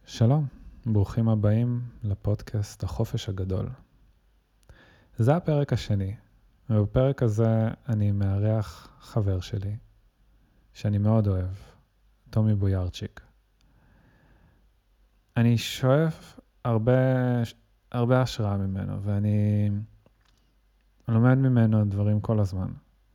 שלום, ברוכים הבאים לפודקאסט החופש הגדול. זה הפרק השני, ובפרק הזה אני מארח חבר שלי, שאני מאוד אוהב, תומי בויארצ'יק. אני שואף הרבה השראה ממנו, ואני לומד ממנו דברים כל הזמן.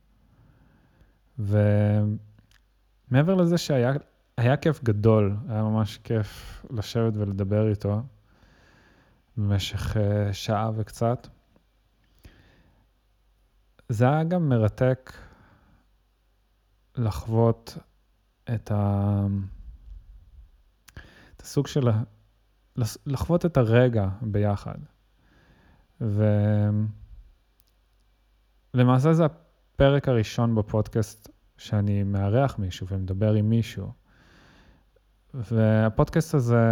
ומעבר לזה היה כיף גדול, היה ממש כיף לשבת ולדבר איתו במשך שעה וקצת. זה היה גם מרתק לחוות את הסוג של, לחוות את הרגע ביחד. ולמעשה זה הפרק הראשון בפודקאסט שאני מארח מישהו ומדבר עם מישהו. והפודקאסט הזה,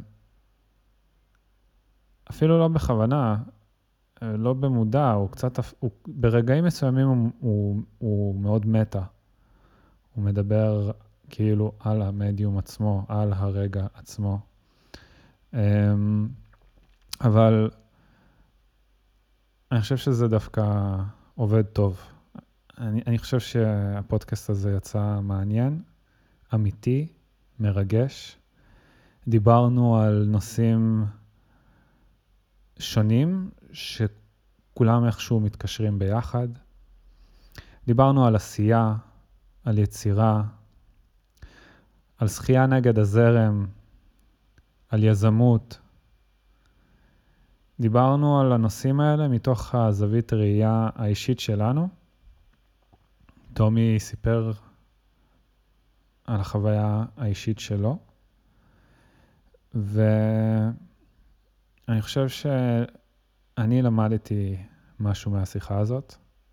אפילו לא בכוונה, לא במודע, ברגעים מסוימים הוא מאוד מטה. הוא מדבר כאילו על המדיום עצמו, על הרגע עצמו. אבל אני חושב שזה דווקא עובד טוב. אני חושב שהפודקאסט הזה יצא מעניין, אמיתי, מרגש. דיברנו על נושאים שונים שכולם איכשהו מתקשרים ביחד. דיברנו על עשייה, על יצירה, על שחייה נגד הזרם, על יזמות. דיברנו על הנושאים האלה מתוך הזווית ראייה האישית שלנו. תומי סיפר על החוויה האישית שלו, ואני חושב שאני למדתי משהו מהשיחה הזאת,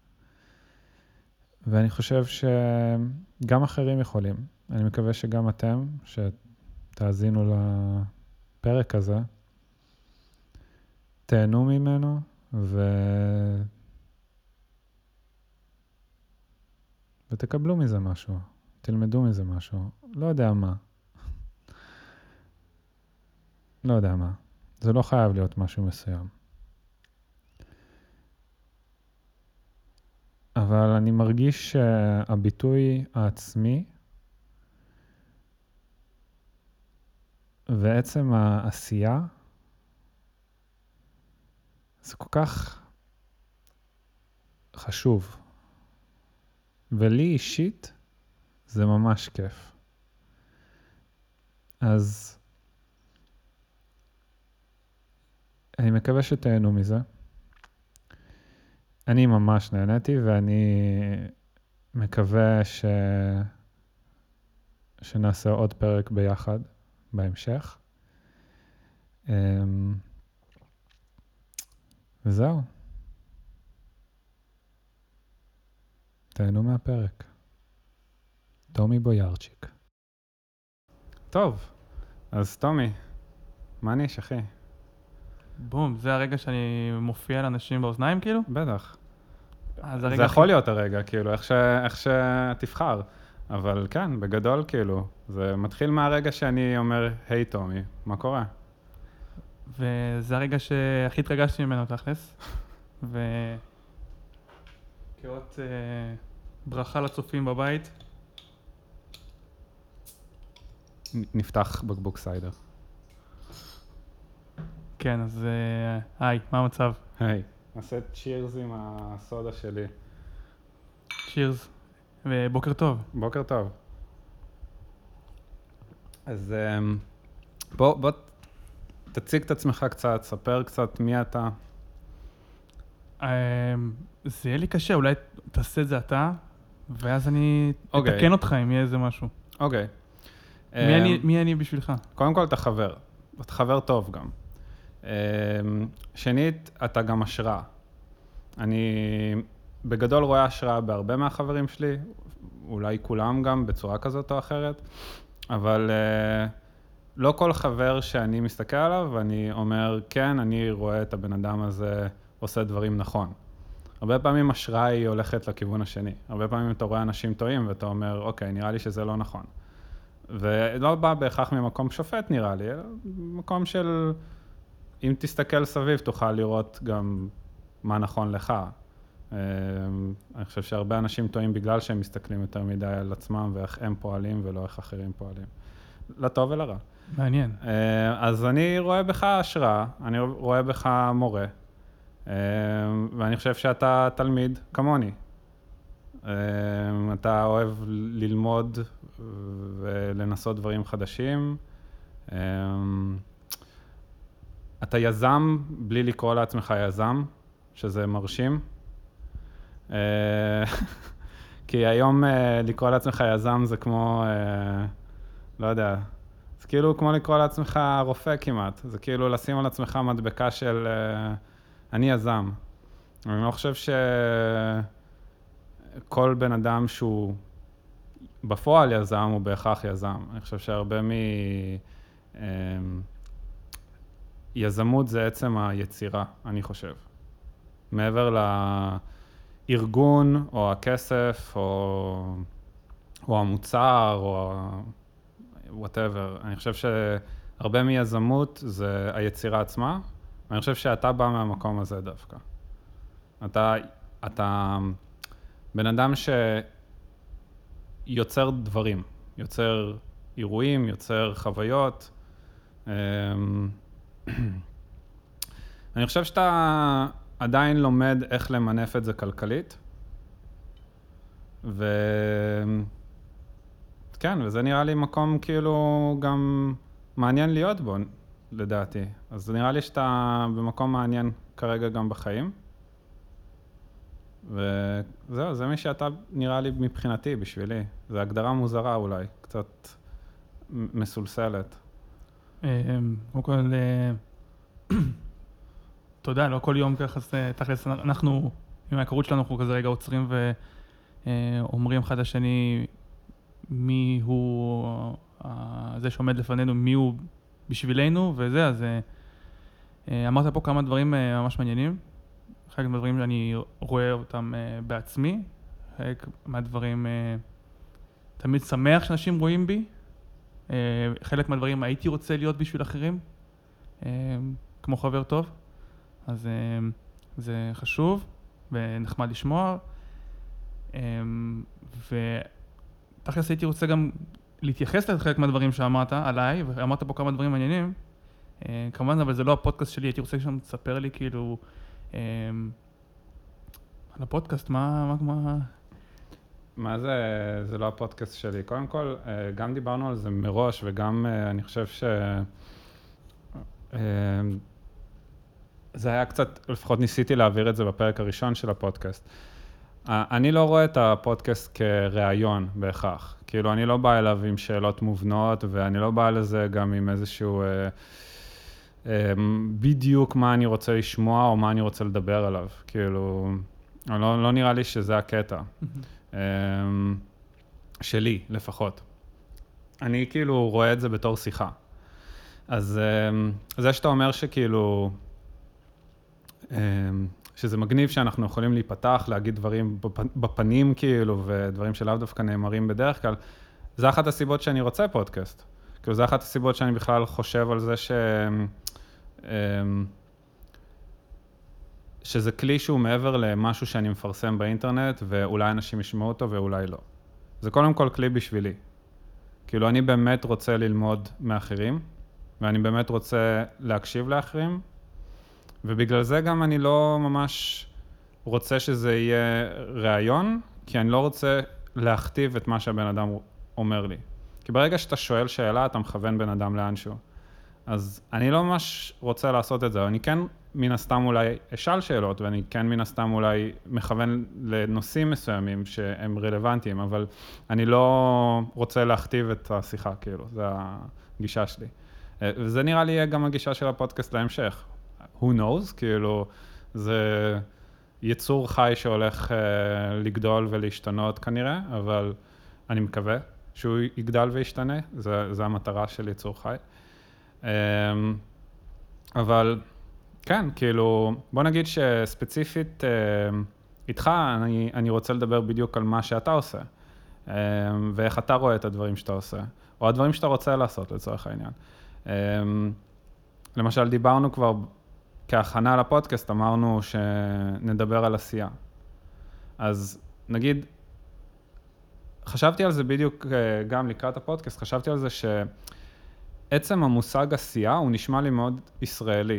ואני חושב שגם אחרים יכולים. אני מקווה שגם אתם, שתאזינו לפרק הזה, תהנו ממנו ותקבלו מזה משהו, תלמדו מזה משהו. לא יודע מה. לא יודע מה. זה לא חייב להיות משהו מסוים. אבל אני מרגיש שהביטוי העצמי ועצם העשייה זה כל כך חשוב. ולי אישית זה ממש כיף. אז אני מקווה שתהנו מזה. אני ממש נהניתי ואני מקווה שנעשה עוד פרק ביחד בהמשך. וזהו. תהנו מהפרק. תומי בויארצ'יק. טוב, אז תומי, מה ניש, אחי? בום, זה הרגע שאני מופיע לאנשים באוזניים כאילו? בטח. זה זה יכול להיות הרגע, כאילו, איך שתבחר. אבל כן, בגדול, כאילו, זה מתחיל מהרגע שאני אומר, היי תומי, מה קורה? וזה הרגע שהכי התרגשתי ממנו תכלס. וכאות ברכה לצופים בבית. נפתח בקבוק סיידר. כן, אז היי, מה המצב? היי, נעשה צ'ירס עם הסודה שלי. צ'ירס, ובוקר טוב. בוקר טוב. אז בוא תציג את עצמך קצת, ספר קצת מי אתה. זה יהיה לי קשה, אולי תעשה את זה אתה, ואז אני אתקן אותך אם יהיה איזה משהו. אוקיי. מי אני בשבילך? קודם כל אתה חבר. אתה חבר טוב גם. שנית, אתה גם השראה. אני בגדול רואה השראה בהרבה מהחברים שלי, אולי כולם גם בצורה כזאת או אחרת, אבל לא כל חבר שאני מסתכל עליו ואני אומר, כן, אני רואה את הבן אדם הזה עושה דברים נכון. הרבה פעמים השראה היא הולכת לכיוון השני. הרבה פעמים אתה רואה אנשים טועים ואתה אומר, אוקיי, נראה לי שזה לא נכון. ולא בא בהכרח ממקום שופט נראה לי, אלא מקום של, אם תסתכל סביב תוכל לראות גם מה נכון לך. אני חושב שהרבה אנשים טועים בגלל שהם מסתכלים יותר מדי על עצמם ואיך הם פועלים ולא איך אחרים פועלים. לטוב ולרע. מעניין. אז אני רואה בך השראה, אני רואה בך מורה, ואני חושב שאתה תלמיד כמוני. אתה אוהב ללמוד ולנסות דברים חדשים. אתה יזם בלי לקרוא לעצמך יזם, שזה מרשים. כי היום לקרוא לעצמך יזם זה כמו, לא יודע, זה כאילו כמו לקרוא לעצמך רופא כמעט. זה כאילו לשים על עצמך מדבקה של אני יזם. אני לא חושב שכל בן אדם שהוא בפועל יזם הוא בהכרח יזם. אני חושב שהרבה יזמות זה עצם היצירה, אני חושב. מעבר לארגון או הכסף או המוצר או whatever. אני חושב שהרבה מיזמות זה היצירה עצמה, ואני חושב שאתה בא מהמקום הזה דווקא. אתה בן אדם שיוצר דברים, יוצר אירועים, יוצר חוויות. אני חושב שאתה עדיין לומד איך למנף את זה כלכלית, כן, וזה נראה לי מקום כאילו גם מעניין להיות בו, לדעתי. אז נראה לי שאתה במקום מעניין כרגע גם בחיים. וזהו, זה מי שאתה נראה לי מבחינתי, בשבילי. זו הגדרה מוזרה אולי, קצת מסולסלת. קודם כל, תודה, לא כל יום ככה, תכלס, אנחנו, עם ההיכרות שלנו, אנחנו כזה רגע עוצרים ואומרים אחד לשני מי הוא זה שעומד לפנינו, מי הוא בשבילנו, וזה, אז אמרת פה כמה דברים ממש מעניינים. חלק מהדברים שאני רואה אותם בעצמי, חלק מהדברים תמיד שמח שאנשים רואים בי, חלק מהדברים הייתי רוצה להיות בשביל אחרים, כמו חבר טוב, אז זה חשוב ונחמד לשמוע, ותכלס הייתי רוצה גם להתייחס לחלק מהדברים שאמרת עליי, ואמרת פה כמה דברים מעניינים, כמובן, אבל זה לא הפודקאסט שלי, הייתי רוצה שגם תספר לי כאילו, על הפודקאסט, מה זה? זה לא הפודקאסט שלי. קודם כל, גם דיברנו על זה מראש, וגם אני חושב זה היה קצת, לפחות ניסיתי להעביר את זה בפרק הראשון של הפודקאסט. אני לא רואה את הפודקאסט כראיון בהכרח. כאילו, אני לא בא אליו עם שאלות מובנות, ואני לא בא לזה גם עם איזשהו בדיוק מה אני רוצה לשמוע או מה אני רוצה לדבר עליו. כאילו, לא נראה לי שזה הקטע. שלי, לפחות. אני כאילו רואה את זה בתור שיחה. אז זה שאתה אומר שכאילו, שזה מגניב שאנחנו יכולים להיפתח, להגיד דברים בפנים כאילו, ודברים שלאו דווקא נאמרים בדרך כלל, זה אחת הסיבות שאני רוצה פודקאסט. כאילו, זה אחת הסיבות שאני בכלל חושב על זה שזה כלי שהוא מעבר למשהו שאני מפרסם באינטרנט, ואולי אנשים ישמעו אותו ואולי לא. זה קודם כל כלי בשבילי. כאילו, אני באמת רוצה ללמוד מאחרים, ואני באמת רוצה להקשיב לאחרים, ובגלל זה גם אני לא ממש רוצה שזה יהיה ראיון, כי אני לא רוצה להכתיב את מה שהבן אדם אומר לי. כי ברגע שאתה שואל שאלה, אתה מכוון בן אדם לאנשהו. אז אני לא ממש רוצה לעשות את זה, אני כן מן הסתם אולי אשאל שאלות, ואני כן מן הסתם אולי מכוון לנושאים מסוימים שהם רלוונטיים, אבל אני לא רוצה להכתיב את השיחה, כאילו, זה הגישה שלי. וזה נראה לי יהיה גם הגישה של הפודקאסט להמשך. Who knows? כאילו, זה יצור חי שהולך לגדול ולהשתנות כנראה, אבל אני מקווה שהוא יגדל וישתנה, זה המטרה של יצור חי. אבל כן, כאילו, בוא נגיד שספציפית איתך, אני רוצה לדבר בדיוק על מה שאתה עושה, ואיך אתה רואה את הדברים שאתה עושה, או הדברים שאתה רוצה לעשות לצורך העניין. למשל, דיברנו כבר כהכנה לפודקאסט, אמרנו שנדבר על עשייה. אז נגיד, חשבתי על זה בדיוק גם לקראת הפודקאסט, חשבתי על זה שעצם המושג עשייה הוא נשמע לי מאוד ישראלי.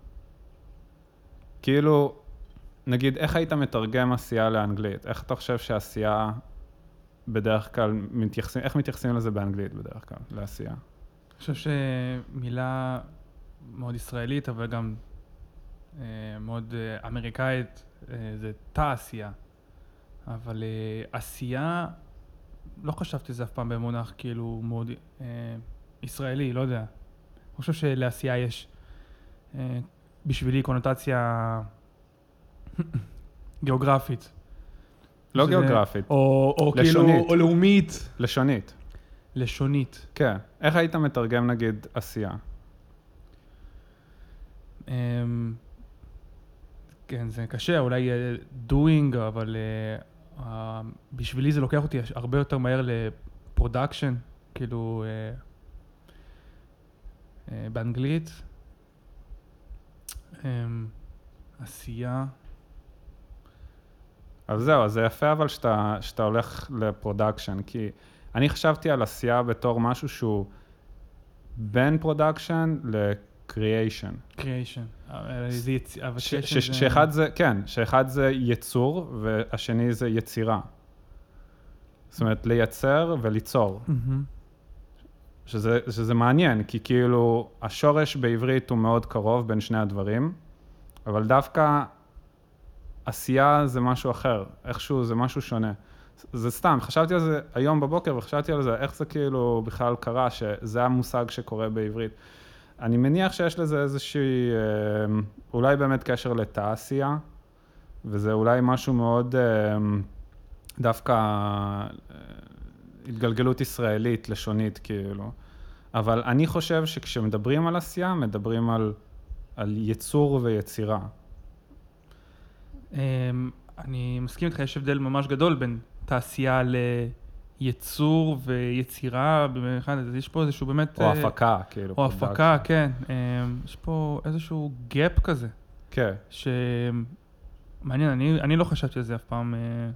כאילו, נגיד, איך היית מתרגם עשייה לאנגלית? איך אתה חושב שעשייה בדרך כלל מתייחסים, איך מתייחסים לזה באנגלית בדרך כלל, לעשייה? אני חושב שמילה מאוד ישראלית, אבל גם מאוד אמריקאית, זה תעשייה. אבל עשייה, לא חשבתי זה אף פעם במונח כאילו מאוד ישראלי, לא יודע. אני חושב שלעשייה יש בשבילי קונוטציה גיאוגרפית. לא גיאוגרפית. או כאילו, או לאומית. לשונית. לשונית. כן. איך היית מתרגם נגיד עשייה? כן, זה קשה, אולי doing, אבל בשבילי זה לוקח אותי הרבה יותר מהר לפרודקשן, כאילו באנגלית. עשייה. אז זהו, אז זה יפה אבל שאתה הולך לפרודקשן, כי אני חשבתי על עשייה בתור משהו שהוא בין פרודקשן לקריאיישן. קריאיישן. שאחד זה, כן, שאחד זה יצור והשני זה יצירה. זאת אומרת, לייצר וליצור. שזה מעניין, כי כאילו השורש בעברית הוא מאוד קרוב בין שני הדברים, אבל דווקא עשייה זה משהו אחר, איכשהו זה משהו שונה. זה סתם, חשבתי על זה היום בבוקר וחשבתי על זה, איך זה כאילו בכלל קרה, שזה המושג שקורה בעברית. אני מניח שיש לזה איזושהי, אולי באמת קשר לתעשייה, וזה אולי משהו מאוד דווקא התגלגלות ישראלית, לשונית כאילו. אבל אני חושב שכשמדברים על עשייה, מדברים על יצור ויצירה. אני מסכים איתך, יש הבדל ממש גדול בין תעשייה ליצור ויצירה, יש פה איזשהו באמת... או הפקה, כאילו. או הפקה, כן. יש פה איזשהו גאפ כזה. כן. שמעניין, אני לא חשבתי על זה אף פעם,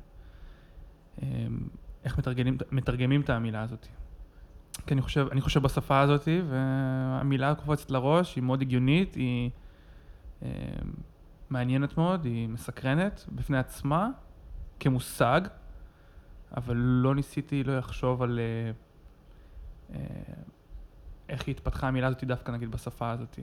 איך מתרגמים את המילה הזאת. כי אני חושב בשפה הזאת, והמילה קופצת לראש, היא מאוד הגיונית, היא מעניינת מאוד, היא מסקרנת בפני עצמה, כמושג, אבל לא ניסיתי לא לחשוב על איך היא התפתחה המילה הזאת דווקא נגיד בשפה הזאת.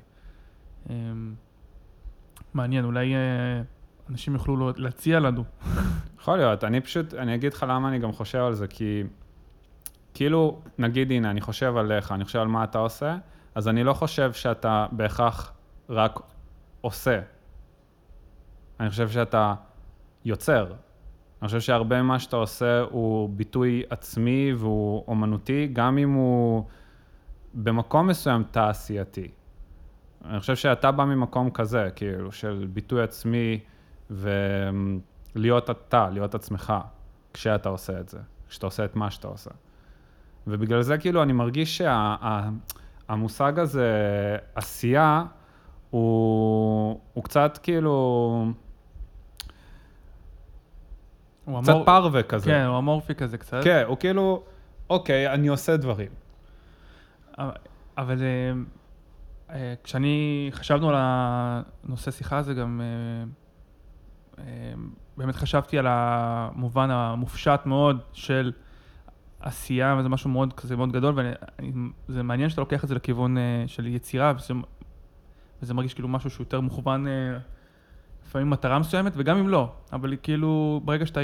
מעניין, אולי אנשים יוכלו להציע לנו. יכול להיות, אני אגיד לך למה אני גם חושב על זה, כי כאילו, נגיד הנה, אני חושב עליך, אני חושב על מה אתה עושה, אז אני לא חושב שאתה בהכרח רק עושה. אני חושב שאתה יוצר. אני חושב שהרבה מה שאתה עושה הוא ביטוי עצמי והוא אומנותי, גם אם הוא במקום מסוים תעשייתי. אני חושב שאתה בא ממקום כזה, כאילו, של ביטוי עצמי ולהיות אתה, להיות עצמך, כשאתה עושה את זה, כשאתה עושה את מה שאתה עושה. ובגלל זה, כאילו, אני מרגיש שהמושג הזה, עשייה, הוא קצת, כאילו... קצת פרווה כזה. כן, הוא אמורפי כזה קצת. כן, הוא כאילו, אוקיי, אני עושה דברים. אבל כשאני חשבנו על הנושא שיחה הזה, גם באמת חשבתי על המובן המופשט מאוד של עשייה, וזה משהו מאוד כזה מאוד גדול, וזה מעניין שאתה לוקח את זה לכיוון של יצירה, וזה מרגיש כאילו משהו שהוא יותר מוכוון לפעמים מטרה מסוימת, וגם אם לא, אבל כאילו ברגע שאתה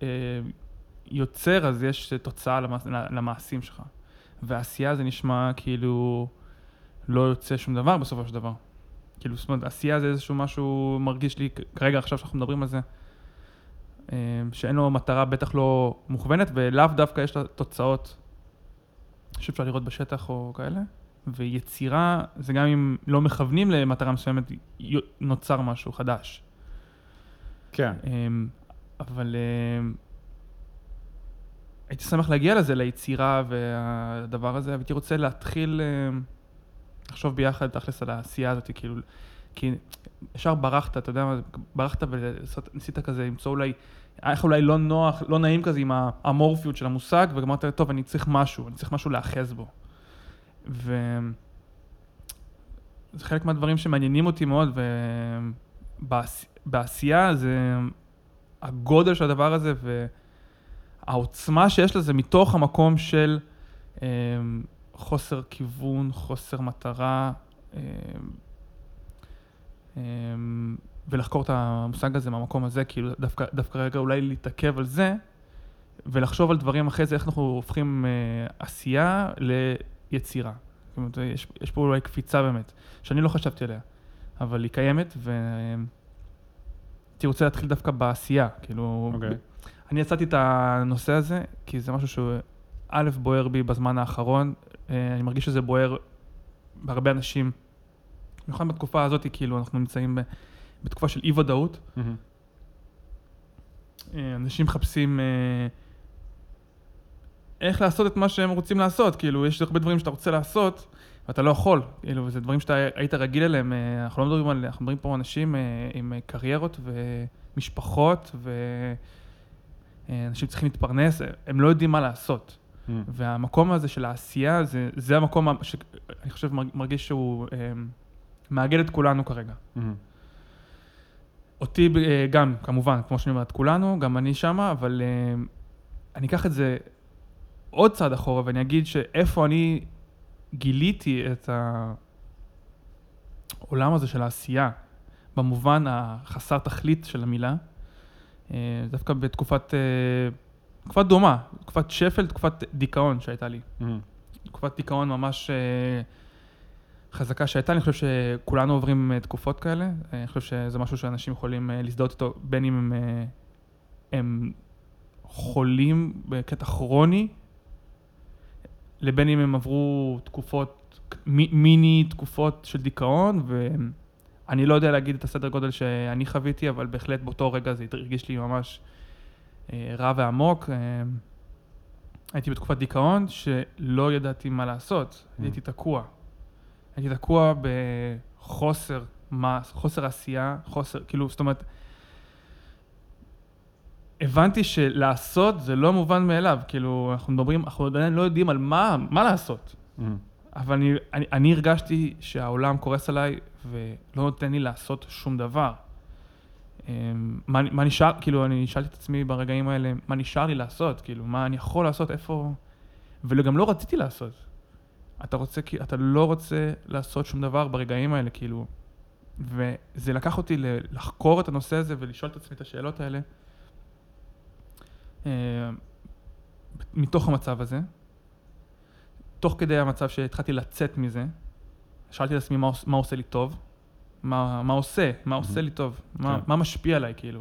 יוצר, אז יש תוצאה למעשים שלך. והעשייה זה נשמע כאילו לא יוצא שום דבר בסופו של דבר. כאילו, זאת אומרת, עשייה זה איזשהו משהו מרגיש לי, כרגע עכשיו שאנחנו מדברים על זה, שאין לו מטרה בטח לא מוכוונת, ולאו דווקא יש לה תוצאות שאפשר לראות בשטח או כאלה. ויצירה, זה גם אם לא מכוונים למטרה מסוימת, נוצר משהו חדש. כן. אבל הייתי שמח להגיע לזה, ליצירה והדבר הזה, והייתי רוצה להתחיל לחשוב ביחד תכלס על העשייה הזאת, כאילו, כי ישר ברחת, אתה יודע מה, ברחת וניסית כזה למצוא אולי, איך אולי לא נוח, לא נעים כזה עם האמורפיות של המושג, וגמרת, טוב, אני צריך משהו לאחז בו. וזה חלק מהדברים שמעניינים אותי מאוד, ובעשייה זה הגודל של הדבר הזה, והעוצמה שיש לזה מתוך המקום של חוסר כיוון, חוסר מטרה, ולחקור את המושג הזה מהמקום הזה, כאילו דווקא רגע אולי להתעכב על זה, ולחשוב על דברים אחרי זה, איך אנחנו הופכים עשייה ליצירה. זאת אומרת, יש פה אולי קפיצה באמת, שאני לא חשבתי עליה, אבל היא קיימת, הייתי רוצה להתחיל דווקא בעשייה, כאילו, אני יצאתי את הנושא הזה, כי זה משהו שהוא א' בוער בי בזמן האחרון, אני מרגיש שזה בוער בהרבה אנשים, במיוחד בתקופה הזאת, כאילו, אנחנו נמצאים בתקופה של אי-ודאות. אנשים מחפשים איך לעשות את מה שהם רוצים לעשות, כאילו, יש הרבה דברים שאתה רוצה לעשות, ואתה לא יכול, כאילו, וזה דברים שאתה היית רגיל אליהם, אנחנו לא מדברים על, אנחנו מדברים פה אנשים עם קריירות ומשפחות, ואנשים צריכים להתפרנס, הם לא יודעים מה לעשות. והמקום הזה של העשייה, זה המקום שאני חושב מרגיש שהוא מאגד את כולנו כרגע. אותי גם, כמובן, כמו שאני אומרת, כולנו, גם אני שמה, אבל אני אקח את זה עוד צעד אחורה, ואני אגיד שאיפה אני גיליתי את העולם הזה של העשייה, במובן החסר תכלית של המילה, דווקא בתקופת דומה, תקופת שפל, תקופת דיכאון שהייתה לי. תקופת דיכאון ממש חזקה שהייתה, אני חושב שכולנו עוברים תקופות כאלה, אני חושב שזה משהו שאנשים יכולים להזדהות איתו, בין אם הם חולים בקטע כרוני, לבין אם הם עברו תקופות, מיני תקופות של דיכאון, ואני לא יודע להגיד את הסדר גודל שאני חוויתי, אבל בהחלט באותו רגע זה הרגיש לי ממש רע ועמוק. הייתי בתקופת דיכאון שלא ידעתי מה לעשות, הייתי תקוע. הייתי תקוע בחוסר עשייה, כאילו, זאת אומרת, הבנתי שלעשות זה לא מובן מאליו, כאילו, אנחנו עדיין לא יודעים על מה לעשות. אבל אני הרגשתי שהעולם קורס עליי ולא נותן לי לעשות שום דבר. מה נשאר, כאילו, אני שאלתי את עצמי ברגעים האלה, מה נשאר לי לעשות, כאילו, מה אני יכול לעשות, איפה, וגם לא רציתי לעשות. אתה לא רוצה לעשות שום דבר ברגעים האלה, כאילו, וזה לקח אותי לחקור את הנושא הזה ולשאול את עצמי את השאלות האלה, מתוך המצב הזה, תוך כדי המצב שהתחלתי לצאת מזה, שאלתי את עצמי מה עושה לי טוב, מה עושה לי טוב, מה משפיע עליי, כאילו.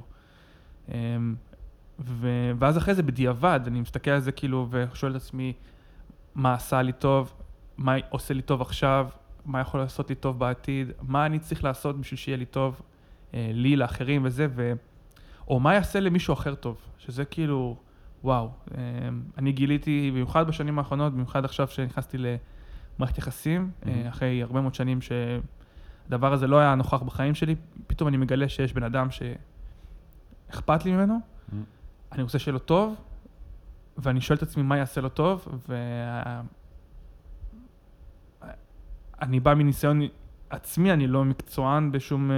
ואז אחרי זה בדיעבד, אני מסתכל על זה כאילו ושואל את עצמי מה עשה לי טוב, מה עושה לי טוב עכשיו, מה יכול לעשות לי טוב בעתיד, מה אני צריך לעשות בשביל שיהיה לי טוב, לי, לאחרים וזה, או מה יעשה למישהו אחר טוב, שזה כאילו, וואו, אני גיליתי, במיוחד בשנים האחרונות, במיוחד עכשיו שנכנסתי למערכת יחסים, אחרי הרבה מאוד שנים שהדבר הזה לא היה נוכח בחיים שלי, פתאום אני מגלה שיש בן אדם שאכפת לי ממנו, אני רוצה שיהיה לו טוב, ואני שואל את עצמי מה יעשה לו טוב, אני בא מניסיון עצמי, אני לא מקצוען בשום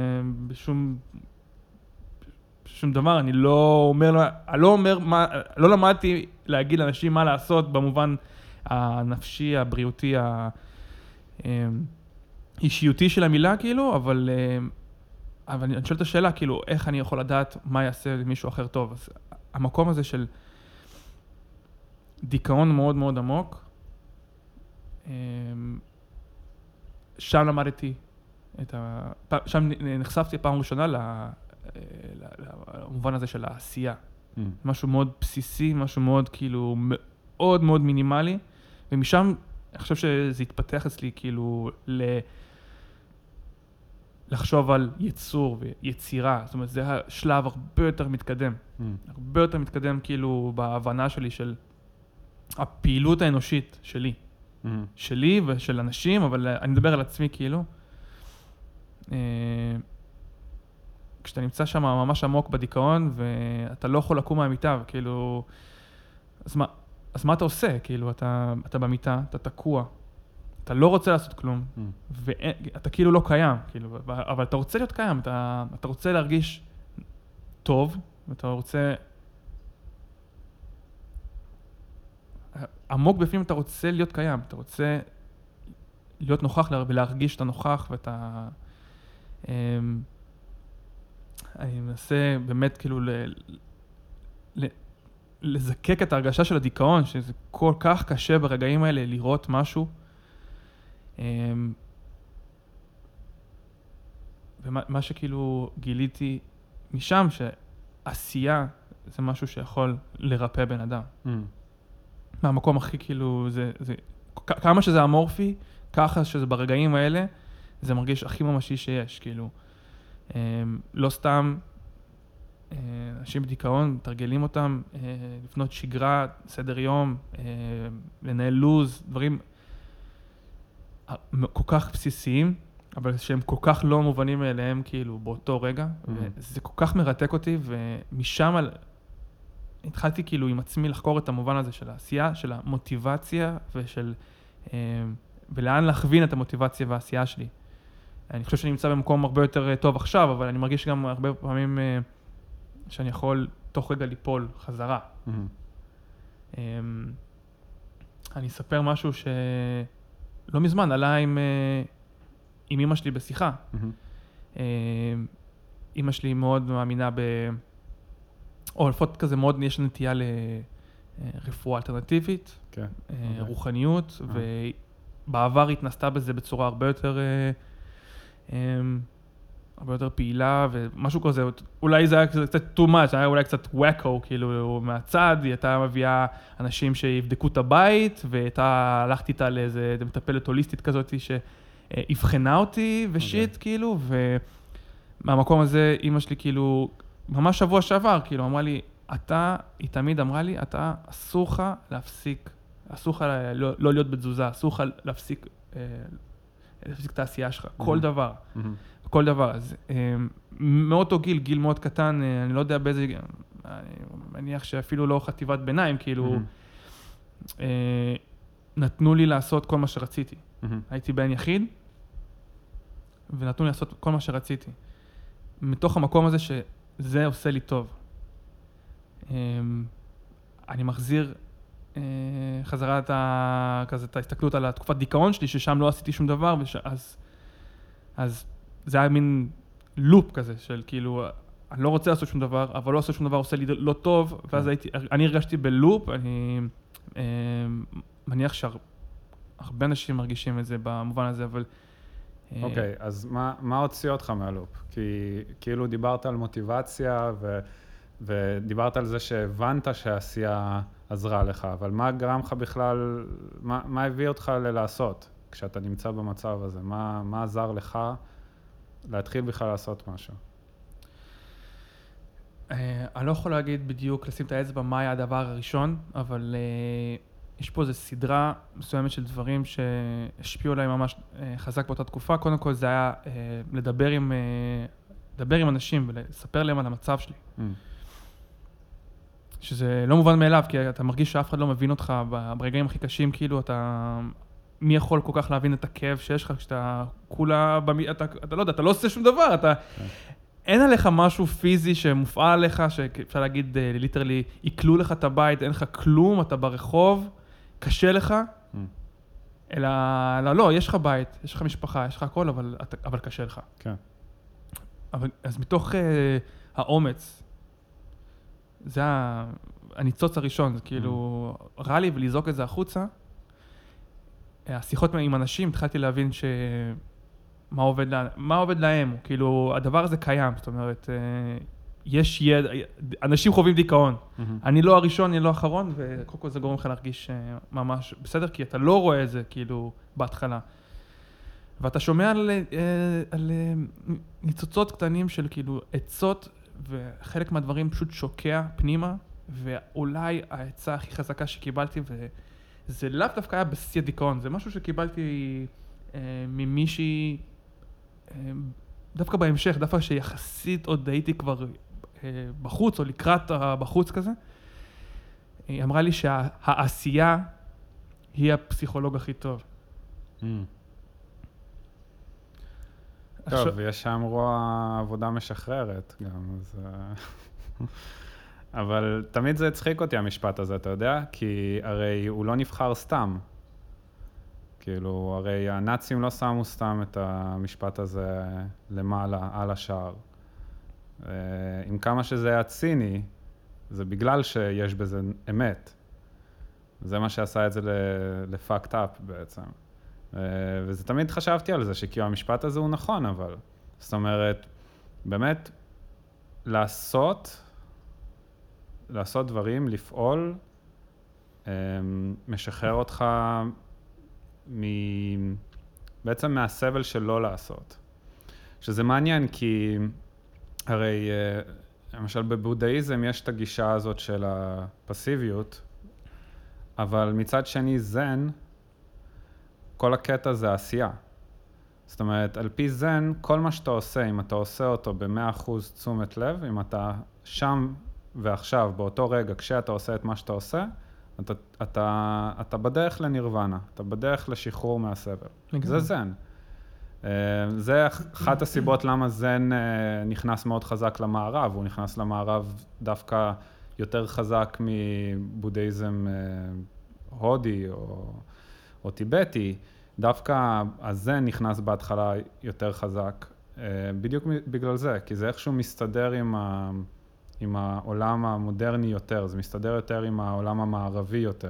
דבר, אני לא למדתי להגיד לאנשים מה לעשות במובן הנפשי, הבריאותי, האישיותי של המילה, כאילו, אבל אני שואל את השאלה, כאילו, איך אני יכול לדעת מה יעשה למישהו אחר טוב? אז המקום הזה של דיכאון מאוד מאוד עמוק, שם למדתי שם נחשפתי פעם ראשונה למובן הזה של העשייה. משהו מאוד בסיסי, משהו מאוד כאילו מאוד מאוד מינימלי, ומשם אני חושב שזה התפתח אצלי כאילו לחשוב על יצור ויצירה, זאת אומרת, זה השלב הרבה יותר מתקדם. הרבה יותר מתקדם כאילו בהבנה שלי של הפעילות האנושית שלי. שלי ושל אנשים, אבל אני מדבר על עצמי כאילו. כשאתה נמצא שם ממש עמוק בדיכאון, ואתה לא יכול לקום מהמיטה, וכאילו... אז מה אתה עושה? כאילו, אתה במיטה, אתה תקוע, אתה לא רוצה לעשות כלום, ואתה כאילו לא קיים, כאילו, אבל אתה רוצה להיות קיים, אתה רוצה להרגיש טוב, ואתה רוצה... עמוק בפנים אתה רוצה להיות קיים, אתה רוצה להיות נוכח ולהרגיש שאתה נוכח, ואתה... אני מנסה באמת כאילו לזקק את ההרגשה של הדיכאון, שזה כל כך קשה ברגעים האלה לראות משהו. ומה שכאילו גיליתי משם, שעשייה זה משהו שיכול לרפא בן אדם. מהמקום הכי כאילו, כמה שזה אמורפי, ככה שזה ברגעים האלה, זה מרגיש הכי ממשי שיש, כאילו. לא סתם אנשים בדיכאון, מתרגלים אותם, לפנות שגרה, סדר יום, לנהל לוז, דברים כל כך בסיסיים, אבל שהם כל כך לא מובנים אליהם כאילו באותו רגע, וזה כל כך מרתק אותי, ומשם התחלתי כאילו עם עצמי לחקור את המובן הזה של העשייה, של המוטיבציה, ולאן להכווין את המוטיבציה והעשייה שלי. אני חושב שאני נמצא במקום הרבה יותר טוב עכשיו, אבל אני מרגיש גם הרבה פעמים שאני יכול תוך רגע ליפול חזרה. אני אספר משהו שלא מזמן עלה עם אמא שלי בשיחה. אמא שלי מאוד מאמינה או לפחות כזה מאוד, יש נטייה לרפואה אלטרנטיבית, רוחניות, ובעבר התנסתה בזה בצורה הרבה יותר פעילה, ומשהו כזה, אולי זה היה קצת too much, היה אולי קצת וואקו, כאילו מהצד, היא הייתה מביאה אנשים שיבדקו את הבית, הלכתי איתה לאיזה מטפלת הוליסטית כזאת, שהבחנה אותי ושיט, כאילו, ומהמקום הזה, אמא שלי כאילו, ממש שבוע שעבר, כאילו, אמרה לי, היא תמיד אמרה לי, אסור לך להפסיק, אסור לך לא להיות בתזוזה, אסור לך להפסיק את העשייה שלך, כל דבר. כל דבר. אז מאותו גיל מאוד קטן, אני לא יודע באיזה, אני מניח שאפילו לא חטיבת ביניים, כאילו, נתנו לי לעשות כל מה שרציתי. הייתי בן יחיד, ונתנו לי לעשות כל מה שרציתי. מתוך המקום הזה שזה עושה לי טוב. אני מחזיר חזרה את ההסתכלות על התקופת דיכאון שלי, ששם לא עשיתי שום דבר, אז זה היה מין לופ כזה של כאילו, אני לא רוצה לעשות שום דבר, אבל לא לעשות שום דבר עושה לי לא טוב, ואז אני הרגשתי בלופ, אני מניח שהרבה אנשים מרגישים את זה במובן הזה, אבל... אוקיי, אז מה הוציא אותך מהלופ? כי כאילו דיברת על מוטיבציה, ודיברת על זה שהבנת שהעשייה עזרה לך, אבל מה גרם לך בכלל, מה הביא אותך לעשות כשאתה נמצא במצב הזה? מה עזר לך להתחיל בכלל לעשות משהו? אני לא יכול להגיד בדיוק, לשים את האצבע מה היה הדבר הראשון, אבל יש פה איזו סדרה מסוימת של דברים שהשפיעו עליי ממש חזק באותה תקופה. קודם כל זה היה לדבר עם אנשים ולספר להם על המצב שלי. שזה לא מובן מאליו, כי אתה מרגיש שאף אחד לא מבין אותך ברגעים הכי קשים, כאילו מי יכול כל כך להבין את הכאב שיש לך כשאתה כולה, אתה לא יודע, אתה לא עושה שום דבר, אין עליך משהו פיזי שמופעל עליך, שאפשר להגיד ליטרלי, יקלו לך את הבית, אין לך כלום, אתה ברחוב, קשה לך, אלא לא, יש לך בית, יש לך משפחה, יש לך הכל, אבל קשה לך. כן. אז מתוך האומץ, זה הניצוץ הראשון, זה כאילו רע לי ולזעוק את זה החוצה. השיחות עם אנשים, התחלתי להבין מה עובד להם, כאילו הדבר הזה קיים, זאת אומרת, יש ידע, אנשים חווים דיכאון. אני לא הראשון, אני לא האחרון, וקודם כל זה גורם לך להרגיש ממש בסדר, כי אתה לא רואה את זה כאילו בהתחלה. ואתה שומע על ניצוצות קטנים של כאילו עצות, וחלק מהדברים פשוט שוקע פנימה, ואולי העצה הכי חזקה שקיבלתי, וזה לאו דווקא היה בשיא הדיכאון, זה משהו שקיבלתי ממישהי, דווקא בהמשך, דווקא שיחסית עוד הייתי כבר בחוץ, או לקראת בחוץ כזה, היא אמרה לי שהעשייה היא הפסיכולוג הכי טוב. טוב, יש שאמרו עבודה משחררת גם, אז... אבל תמיד זה הצחיק אותי המשפט הזה, אתה יודע? כי הרי הוא לא נבחר סתם. כאילו, הרי הנאצים לא שמו סתם את המשפט הזה למעלה, על השער. עם כמה שזה היה ציני, זה בגלל שיש בזה אמת. זה מה שעשה את זה ל-fucked up בעצם. וזה תמיד חשבתי על זה, שכאילו המשפט הזה הוא נכון, אבל... זאת אומרת, באמת, לעשות דברים, לפעול, משחרר אותך בעצם מהסבל של לא לעשות. שזה מעניין, כי הרי, למשל בבודהיזם יש את הגישה הזאת של הפסיביות, אבל מצד שני זן, כל הקטע זה עשייה. זאת אומרת, על פי זן, כל מה שאתה עושה, אם אתה עושה אותו ב-100% תשומת לב, אם אתה שם ועכשיו, באותו רגע, כשאתה עושה את מה שאתה עושה, אתה בדרך לנירוונה, אתה בדרך לשחרור מהסבל. זה זן. זה אחת הסיבות למה זן נכנס מאוד חזק למערב, הוא נכנס למערב דווקא יותר חזק מבודהיזם הודי או טיבטי, דווקא הזן נכנס בהתחלה יותר חזק, בדיוק בגלל זה, כי זה איכשהו מסתדר עם העולם המודרני יותר, זה מסתדר יותר עם העולם המערבי יותר.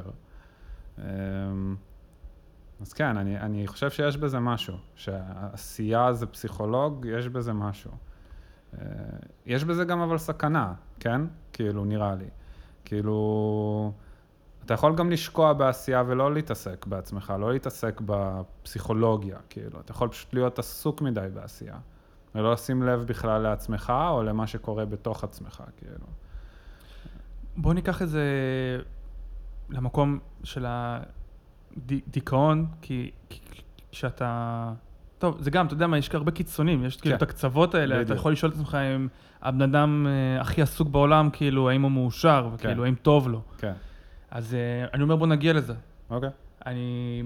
אז כן, אני חושב שיש בזה משהו, שהעשייה זה פסיכולוג, יש בזה משהו. יש בזה גם אבל סכנה, כן? כאילו, נראה לי. כאילו, אתה יכול גם לשקוע בעשייה ולא להתעסק בעצמך, לא להתעסק בפסיכולוגיה, כאילו. אתה יכול פשוט להיות עסוק מדי בעשייה, ולא לשים לב בכלל לעצמך או למה שקורה בתוך עצמך, כאילו. בוא ניקח את זה למקום של דיכאון, כי כשאתה... טוב, זה גם, אתה יודע מה, יש הרבה קיצונים, יש כאילו את הקצוות האלה, אתה יכול לשאול את עצמך אם הבן אדם הכי עסוק בעולם, כאילו, האם הוא מאושר, וכאילו, האם טוב לו. כן. אז אני אומר, בוא נגיע לזה. אוקיי. אני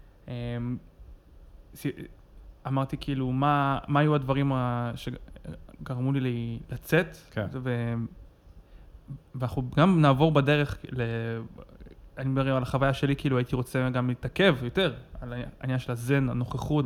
אמרתי, כאילו, מה היו הדברים שגרמו לי לצאת, ואנחנו גם נעבור בדרך אני מדבר על החוויה שלי, כאילו הייתי רוצה גם להתעכב יותר על העניין של הזן, הנוכחות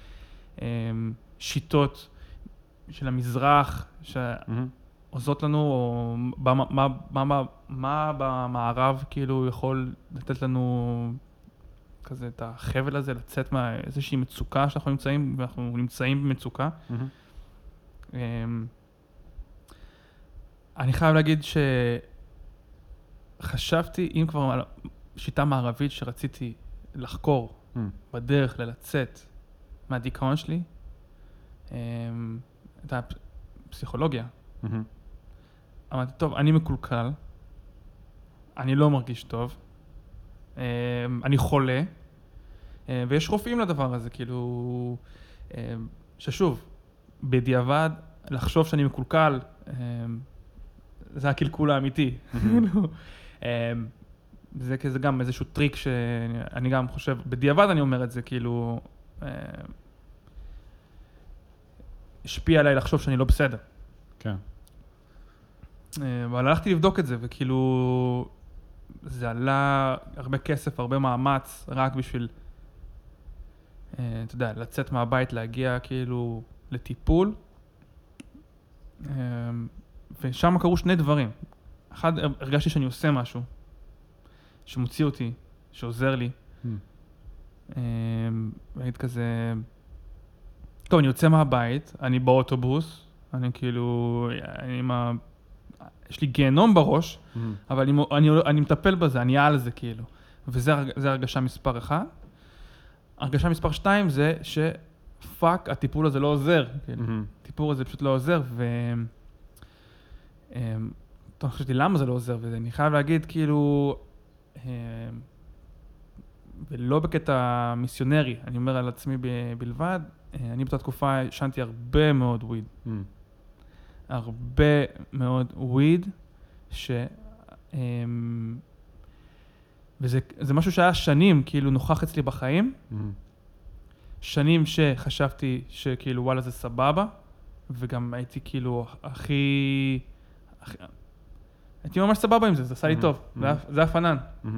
ושיטות של המזרח שעוזות לנו, או מה במערב כאילו יכול לתת לנו כזה את החבל הזה, לצאת מאיזושהי מצוקה שאנחנו נמצאים, ואנחנו נמצאים במצוקה. אני חייב להגיד חשבתי, אם כבר על שיטה מערבית שרציתי לחקור בדרך לצאת מהדיכאון שלי, את הפסיכולוגיה. אמרתי, טוב, אני מקולקל, אני לא מרגיש טוב, אני חולה, ויש רופאים לדבר הזה, כאילו, ששוב, בדיעבד, לחשוב שאני מקולקל, זה הקלקול האמיתי. זה כזה גם איזשהו טריק שאני גם חושב, בדיעבד אני אומר את זה, כאילו, השפיע עליי לחשוב שאני לא בסדר. כן. אבל הלכתי לבדוק את זה, וכאילו, זה עלה הרבה כסף, הרבה מאמץ, רק בשביל, אתה יודע, לצאת מהבית, להגיע כאילו לטיפול. ושם קרו שני דברים. אחד, הרגשתי שאני עושה משהו, שמוציא אותי, שעוזר לי. והייתי כזה... טוב, אני יוצא מהבית, אני באוטובוס, אני כאילו... יש לי גיהנום בראש, אבל אני מטפל בזה, אני על זה כאילו. וזה הרגשה מספר 1. הרגשה מספר 2 זה פאק, הטיפול הזה לא עוזר. הטיפול הזה פשוט לא עוזר, טוב, חשבתי למה זה לא עוזר, ואני חייב להגיד, כאילו, ולא בקטע מיסיונרי, אני אומר על עצמי בלבד, אני באותה תקופה ישנתי הרבה מאוד וויד. הרבה מאוד וויד, וזה משהו שהיה שנים, כאילו, נוכח אצלי בחיים. שנים שחשבתי שכאילו, וואלה, זה סבבה, וגם הייתי כאילו הייתי ממש סבבה עם זה, זה עשה לי טוב, זה הפנן.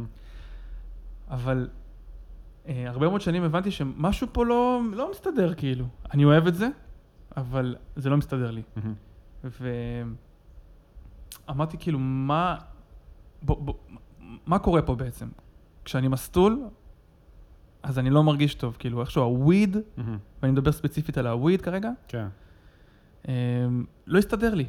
אבל הרבה מאוד שנים הבנתי שמשהו פה לא מסתדר, כאילו. אני אוהב את זה, אבל זה לא מסתדר לי. ואמרתי כאילו, מה קורה פה בעצם? כשאני מסטול, אז אני לא מרגיש טוב, כאילו, איכשהו הוויד, ואני מדבר ספציפית על הוויד כרגע, לא הסתדר לי.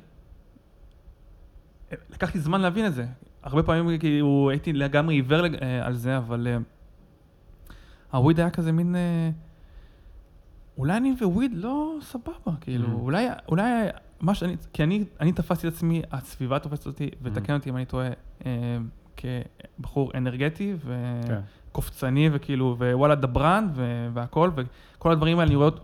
לקח לי זמן להבין את זה. הרבה פעמים כאילו, הייתי לגמרי עיוור על זה, אבל הוויד היה כזה מין, אולי אני וויד לא סבבה, כאילו, אולי מה שאני, כי אני תפסתי את עצמי, הסביבה תופסת אותי, ותקן אותי אם אני טועה, כבחור אנרגטי וקופצני, וכאילו, ווואלה דברן, והכל, וכל הדברים האלה אני רואה,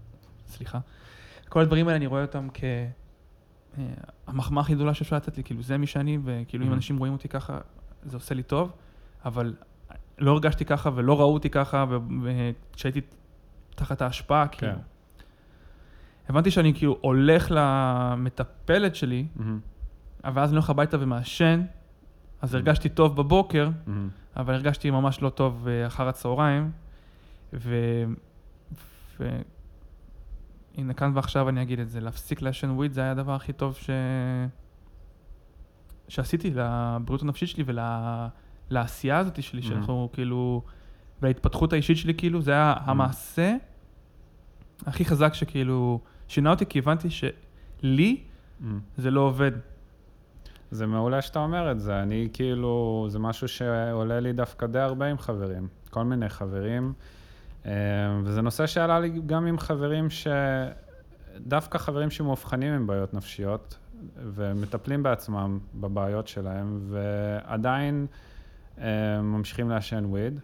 כל הדברים האלה אני רואה אותם המחמאה הכי גדולה שאפשר לתת לי, כאילו זה מי שאני, וכאילו אם אנשים רואים אותי ככה, זה עושה לי טוב, אבל לא הרגשתי ככה ולא ראו אותי ככה, וכשהייתי תחת ההשפעה, כאילו. הבנתי שאני כאילו הולך למטפלת שלי, אבל אז אני הולך הביתה ומעשן, אז הרגשתי טוב בבוקר, אבל הרגשתי ממש לא טוב אחר הצהריים, הנה כאן ועכשיו אני אגיד את זה, להפסיק לעשן וויד זה היה הדבר הכי טוב שעשיתי לבריאות הנפשית שלי ולעשייה הזאת שלי, שאנחנו כאילו, וההתפתחות האישית שלי כאילו, זה היה המעשה הכי חזק שכאילו שינה אותי, כי הבנתי שלי זה לא עובד. זה מעולה שאתה אומר את זה, אני כאילו, זה משהו שעולה לי דווקא די הרבה עם חברים, כל מיני חברים, וזה נושא שעלה לי גם עם חברים דווקא חברים שמאובחנים עם בעיות נפשיות, ומטפלים בעצמם בבעיות שלהם, ועדיין ממשיכים לעשן וויד,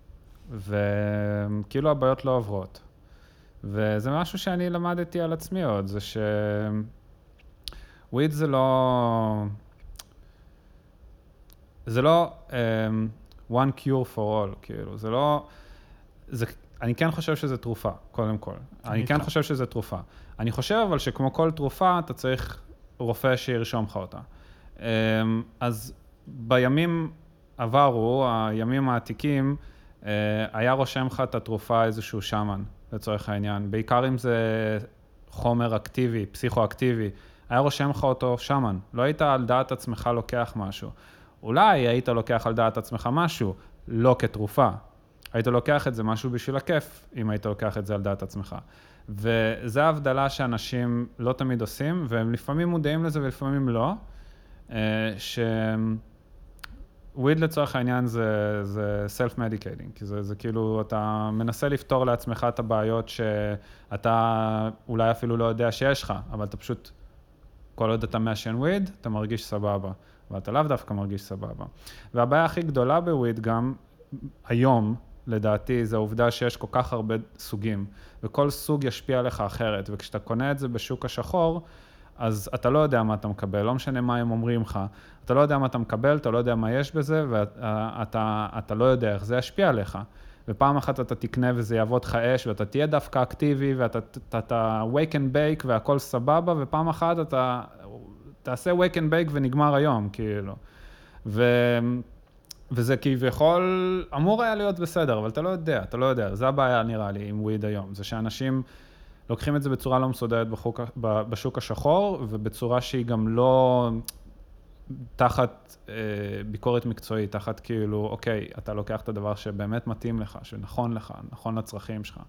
וכאילו הבעיות לא עוברות. וזה משהו שאני למדתי על עצמי עוד, זה וויד זה לא one cure for all, כאילו, זה לא, אני כן חושב שזה תרופה, קודם כל. אני כן חושב שזה תרופה. אני חושב אבל שכמו כל תרופה, אתה צריך רופא שירשום לך אותה. אז בימים עברו, הימים העתיקים, היה רושם לך את התרופה איזשהו שמן, לצורך העניין. בעיקר אם זה חומר אקטיבי, פסיכואקטיבי, היה רושם לך אותו שמן. לא היית על דעת עצמך לוקח משהו. אולי היית לוקח על דעת עצמך משהו, לא כתרופה. היית לוקח את זה משהו בשביל הכיף, אם היית לוקח את זה על דעת עצמך. וזו ההבדלה שאנשים לא תמיד עושים, והם לפעמים מודעים לזה ולפעמים לא, וויד לצורך העניין זה self-medicating, כי זה כאילו, אתה מנסה לפתור לעצמך את הבעיות שאתה אולי אפילו לא יודע שיש לך, אבל אתה פשוט, כל עוד אתה מעשן וויד, אתה מרגיש סבבה, ואתה לאו דווקא מרגיש סבבה. והבעיה הכי גדולה בוויד גם, היום, לדעתי, זה העובדה שיש כל כך הרבה סוגים, וכל סוג ישפיע עליך אחרת, וכשאתה קונה את זה בשוק השחור, אז אתה לא יודע מה אתה מקבל, לא משנה מה הם אומרים לך, אתה לא יודע מה אתה מקבל, אתה לא יודע מה יש בזה, ואתה לא יודע איך זה ישפיע עליך. ופעם אחת אתה תקנה וזה יעבוד לך אש, ואתה תהיה דווקא אקטיבי, ואתה wake and bake והכל סבבה, ופעם אחת אתה תעשה wake and bake ונגמר היום, כאילו. וזה כביכול אמור היה להיות בסדר, אבל אתה לא יודע, זה הבעיה נראה לי עם וויד היום, זה שאנשים לוקחים את זה בצורה לא מסודרת בשוק השחור, ובצורה שהיא גם לא תחת ביקורת מקצועית, תחת כאילו, אוקיי, אתה לוקח את הדבר שבאמת מתאים לך, שנכון לך, נכון לצרכים שלך.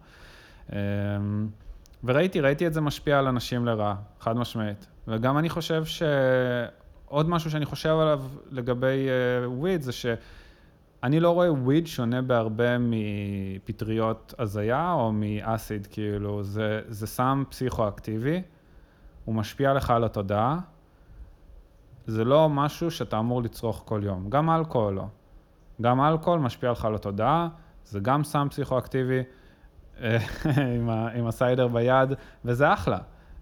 וראיתי את זה משפיע על אנשים לרעה, חד משמעית. וגם אני חושב עוד משהו שאני חושב עליו לגבי וויד, זה אני לא רואה וויד שונה בהרבה מפטריות הזיה או מאסיד, כאילו, זה סם פסיכואקטיבי, הוא משפיע לך על התודעה, זה לא משהו שאתה אמור לצרוך כל יום, גם אלכוהול לא. גם אלכוהול משפיע לך על התודעה, זה גם סם פסיכואקטיבי, עם הסיידר ביד, וזה אחלה.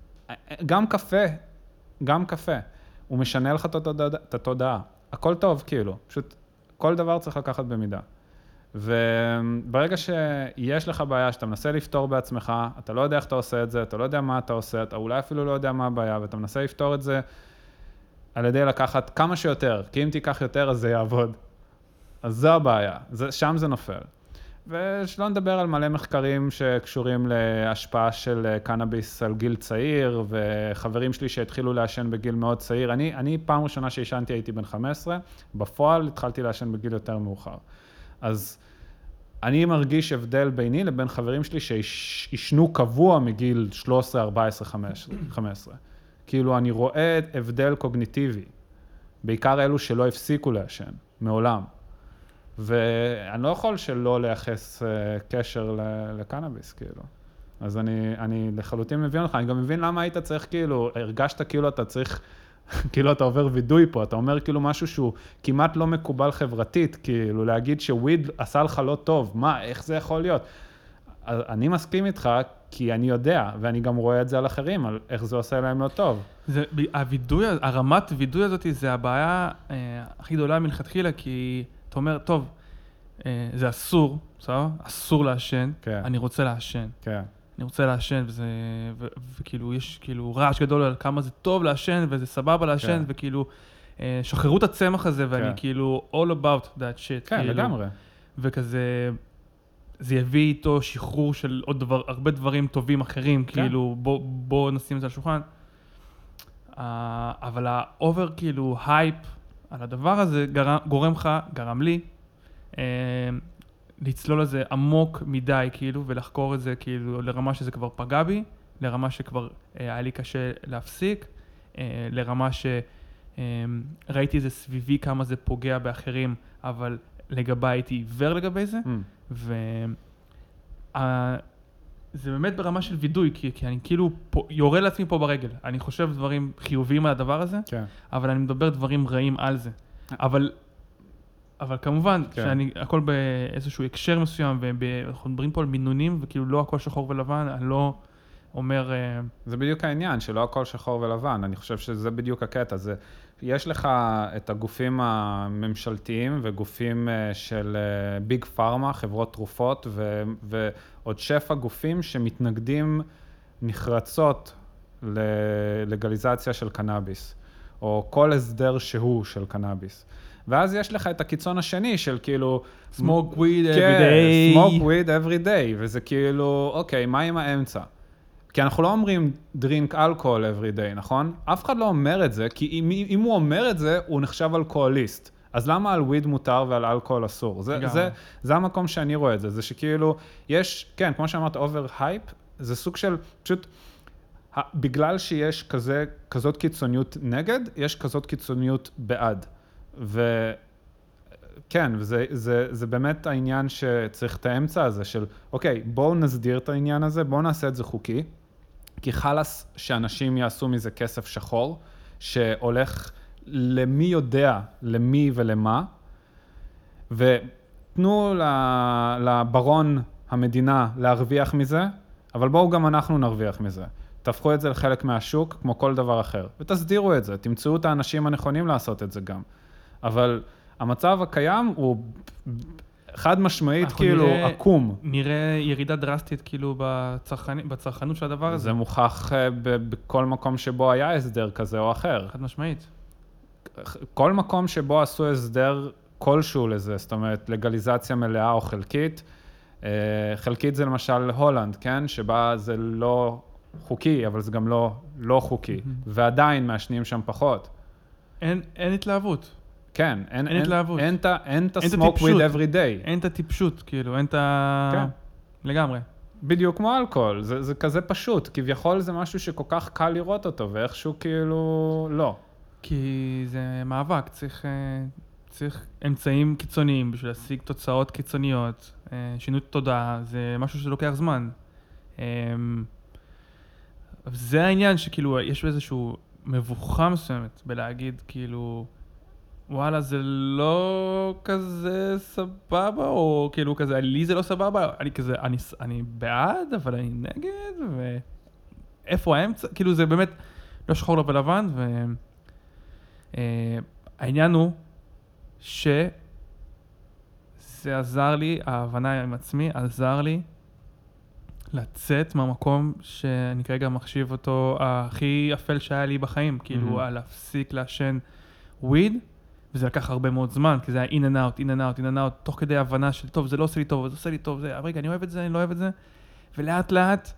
גם קפה, הוא משנה לך את התודעה. הכל טוב, כאילו, פשוט כל דבר צריך לקחת במידה. וברגע שיש לך בעיה שאתה מנסה לפתור בעצמך, אתה לא יודע איך אתה עושה את זה, אתה לא יודע מה אתה עושה, אתה אולי אפילו לא יודע מה הבעיה, ואתה מנסה לפתור את זה על ידי לקחת כמה שיותר, כי אם תיקח יותר אז זה יעבוד. אז זו הבעיה, שם זה נופל. ושלא נדבר על מלא מחקרים שקשורים להשפעה של קנאביס על גיל צעיר, וחברים שלי שהתחילו לעשן בגיל מאוד צעיר. אני פעם ראשונה שהשנתי הייתי בן 15, בפועל התחלתי לעשן בגיל יותר מאוחר. אז אני מרגיש הבדל ביני לבין חברים שלי שישנו קבוע מגיל 13, 14, 15. כאילו אני רואה הבדל קוגניטיבי, בעיקר אלו שלא הפסיקו לעשן, מעולם. ואני לא יכול שלא לייחס קשר לקנאביס, כאילו. אז אני לחלוטין מבין אותך, אני גם מבין למה היית צריך, כאילו, הרגשת כאילו אתה צריך, כאילו אתה עובר וידוי פה, אתה אומר כאילו משהו שהוא כמעט לא מקובל חברתית, כאילו להגיד שוויד עשה לך לא טוב, מה, איך זה יכול להיות? אני מסכים איתך, כי אני יודע, ואני גם רואה את זה על אחרים, על איך זה עושה להם לא טוב. הרמת וידוי הזאת זה הבעיה הכי גדולה מלכתחילה, כי אתה אומר, טוב, זה אסור, בסדר? אסור לעשן, אני רוצה לעשן. אני רוצה לעשן, וכאילו יש כאילו רעש גדול על כמה זה טוב לעשן, וזה סבבה לעשן, וכאילו שחררו את הצמח הזה, ואני כאילו all about that shit. כן, לגמרי. וכזה, זה יביא איתו שחרור של עוד הרבה דברים טובים אחרים, כאילו בוא נשים את זה על השולחן. אבל האובר כאילו הייפ על הדבר הזה גרם לי, לצלול לזה עמוק מדי, כאילו, ולחקור את זה, כאילו, לרמה שזה כבר פגע בי, לרמה שכבר היה לי קשה להפסיק, לרמה שראיתי זה סביבי כמה זה פוגע באחרים, אבל לגבי הייתי עיוור לגבי זה, זה באמת ברמה של וידוי, כי אני כאילו יורה לעצמי פה ברגל, אני חושב דברים חיוביים על הדבר הזה, אבל אני מדבר דברים רעים על זה. אבל כמובן, שאני הכל באיזשהו הקשר מסוים, ואנחנו מדברים פה על מינונים, וכאילו לא הכל שחור ולבן, אני לא אומר... זה בדיוק העניין, שלא הכל שחור ולבן, אני חושב שזה בדיוק הקטע, יש לך את הגופים הממשלתיים, וגופים של ביג פארמה, חברות תרופות, ועוד שפע גופים שמתנגדים נחרצות ללגליזציה של קנאביס, או כל הסדר שהוא של קנאביס. ואז יש לך את הקיצון השני של כאילו... smoke weed every day. smoke weed every day, וזה כאילו, אוקיי, מה עם האמצע? כי אנחנו לא אומרים drink alcohol every day, נכון? אף אחד לא אומר את זה, כי אם הוא אומר את זה, הוא נחשב אלכוהוליסט. אז למה על weed מותר ועל אלכוהול אסור? זה המקום שאני רואה את זה, זה שכאילו, יש, כן, כמו שאמרת, over hype, זה סוג של, פשוט, בגלל שיש כזאת קיצוניות נגד, יש כזאת קיצוניות בעד. וכן, זה באמת העניין שצריך את האמצע הזה של, אוקיי, בואו נסדיר את העניין הזה, בואו נעשה את זה חוקי, כי חלס שאנשים יעשו מזה כסף שחור, שהולך למי יודע, למי ולמה, ותנו לברון המדינה להרוויח מזה, אבל בואו גם אנחנו נרוויח מזה. תהפכו את זה לחלק מהשוק, כמו כל דבר אחר, ותסדירו את זה, תמצאו את האנשים הנכונים לעשות את זה גם. אבל המצב הקיים הוא חד משמעית כאילו עקום. נראה ירידה דרסטית כאילו בצרכנות של הדבר הזה. זה מוכח בכל מקום שבו היה הסדר כזה או אחר. חד משמעית. כל מקום שבו עשו הסדר כלשהו לזה, זאת אומרת לגליזציה מלאה או חלקית. חלקית זה למשל הולנד, כן? שבה זה לא חוקי, אבל זה גם לא חוקי. ועדיין מעשנים שם פחות. אין התלהבות. כן, אין התלהבות. אין את ה-smoke weed every day. אין את הטיפשות, כאילו, אין את ה... כן. לגמרי. בדיוק כמו אלכוהול, זה כזה פשוט, כביכול זה משהו שכל כך קל לראות אותו, ואיכשהו כאילו לא. כי זה מאבק, צריך אמצעים קיצוניים בשביל להשיג תוצאות קיצוניות, שינוי תודעה, זה משהו שלוקח זמן. זה העניין שכאילו יש איזשהו מבוכה מסוימת בלהגיד כאילו, וואלה זה לא כזה סבבה, או כאילו כזה, לי זה לא סבבה, אני כזה, אני בעד, אבל אני נגד, ואיפה האמצע, כאילו זה באמת לא שחור ולבן, העניין הוא שזה עזר לי, ההבנה עם עצמי עזר לי לצאת מהמקום שאני כרגע מחשיב אותו הכי אפל שהיה לי בחיים, כאילו על להפסיק לעשן וויד, וזה לקח הרבה מאוד זמן, כי זה היה in and out, in and out, in and out, תוך כדי הבנה של טוב, זה לא עושה לי טוב, זה עושה לי טוב, זה, רגע, אני אוהב את זה, אני לא אוהב את זה, ולאט לאט,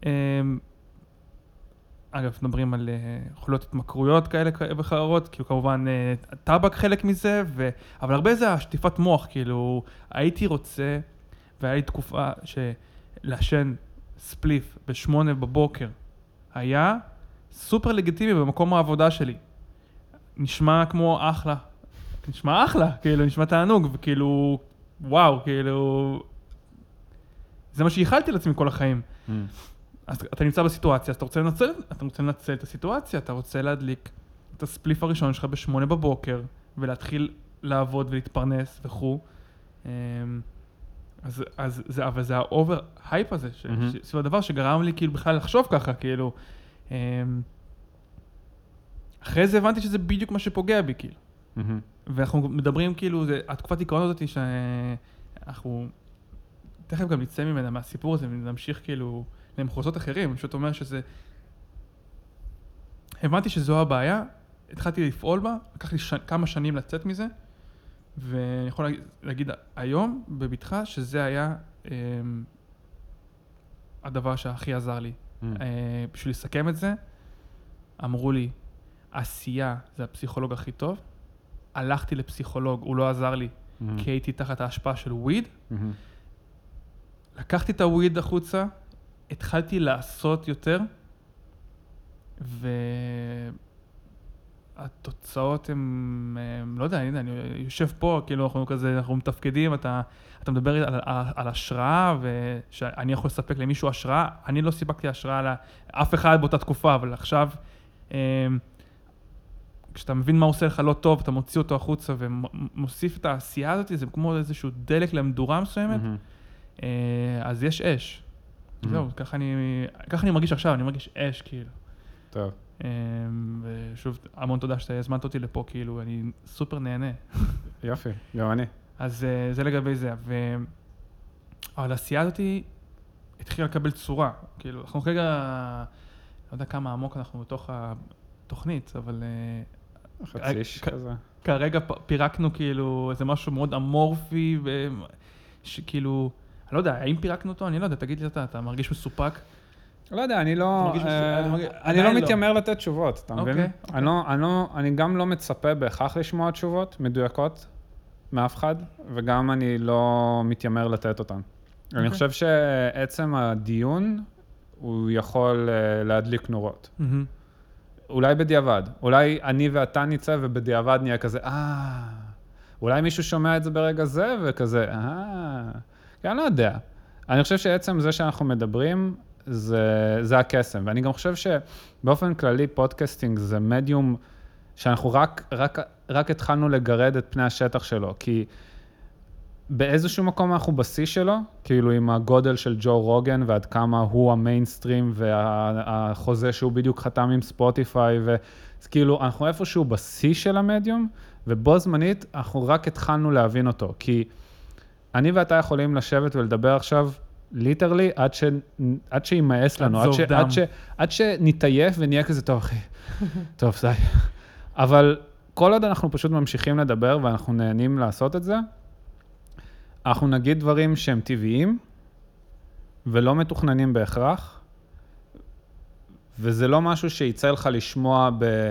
אגב, מדברים על יכולות התמכרויות כאלה וחררות, כאילו כמובן טבק חלק מזה, אבל הרבה זה השטיפת מוח, כאילו הייתי רוצה, והיה לי תקופה שלעשן ספליף ב8 בבוקר, היה סופר לגיטימי במקום העבודה שלי. נשמע כמו אחלה, נשמע אחלה, כאילו נשמע תענוג, וכאילו, וואו, כאילו, זה מה שהיחלתי לעצמי כל החיים. אז אתה נמצא בסיטואציה, אז אתה רוצה לנצל את הסיטואציה, אתה רוצה להדליק את הספליף הראשון שלך ב8 בבוקר, ולהתחיל לעבוד ולהתפרנס וכו'. אבל זה האובר הייפ הזה, זה הדבר שגרם לי כאילו בכלל לחשוב ככה, כאילו. אחרי זה הבנתי שזה בדיוק מה שפוגע בי, כאילו. ואנחנו מדברים כאילו, התקופת עיקרון הזאת שאנחנו תכף גם נצא ממנה מהסיפור הזה, ונמשיך כאילו למחוזות אחרים. אני פשוט אומר שזה, הבנתי שזו הבעיה, התחלתי לפעול בה, לקח לי כמה שנים לצאת מזה, ואני יכול להגיד היום בביטחה שזה היה הדבר שהכי עזר לי. בשביל לסכם את זה, אמרו לי, עשייה זה הפסיכולוג הכי טוב, הלכתי לפסיכולוג, הוא לא עזר לי, כי הייתי תחת ההשפעה של וויד, לקחתי את הוויד החוצה, התחלתי לעשות יותר, והתוצאות הן, לא יודע, אני יושב פה, כאילו אנחנו כזה, אנחנו מתפקדים, אתה מדבר על השראה, ושאני יכול לספק למישהו השראה, אני לא סיפקתי השראה לאף אחד באותה תקופה, אבל עכשיו, כשאתה מבין מה עושה לך לא טוב, אתה מוציא אותו החוצה ומוסיף את העשייה הזאת, זה כמו איזשהו דלק למדורה מסוימת, אז יש אש. זהו, ככה אני מרגיש עכשיו, אני מרגיש אש, כאילו. טוב. ושוב, המון תודה שאתה הזמנת אותי לפה, כאילו, אני סופר נהנה. יופי, גם אני. אז זה לגבי זה, אבל העשייה הזאת התחילה לקבל צורה, כאילו, אנחנו כרגע, לא יודע כמה עמוק אנחנו בתוך התוכנית, אבל חציש כזה. כרגע פירקנו כאילו איזה משהו מאוד אמורפי, שכאילו, אני לא יודע, האם פירקנו אותו? אני לא יודע, תגיד לי אתה מרגיש מסופק? לא יודע, אני לא מתיימר לתת תשובות, אתה מבין? אני גם לא מצפה בהכרח לשמוע תשובות מדויקות מאף אחד, וגם אני לא מתיימר לתת אותן. אני חושב שעצם הדיון, הוא יכול להדליק נורות. אולי בדיעבד. אולי אני ואתה ניצא ובדיעבד נהיה כזה, אולי מישהו שומע את זה ברגע זה וכזה, כי אני לא יודע. אני חושב שעצם זה שאנחנו מדברים, זה הקסם. ואני גם חושב שבאופן כללי פודקאסטינג זה מדיום שאנחנו רק התחלנו לגרד את פני השטח שלו, כי באיזשהו מקום אנחנו בשיא שלו, כאילו עם הגודל של ג'ו רוגן ועד כמה הוא המיינסטרים והחוזה שהוא בדיוק חתם עם ספוטיפיי, אז כאילו אנחנו איפשהו בשיא של המדיום, ובו זמנית אנחנו רק התחלנו להבין אותו, כי אני ואתה יכולים לשבת ולדבר עכשיו ליטרלי עד שימאס לנו, עד שנתעייף ונהיה כזה טוב אחי, טוב די, אבל כל עוד אנחנו פשוט ממשיכים לדבר ואנחנו נהנים לעשות את זה, אנחנו נגיד דברים שהם טבעיים, ולא מתוכננים בהכרח, וזה לא משהו שיצא לך לשמוע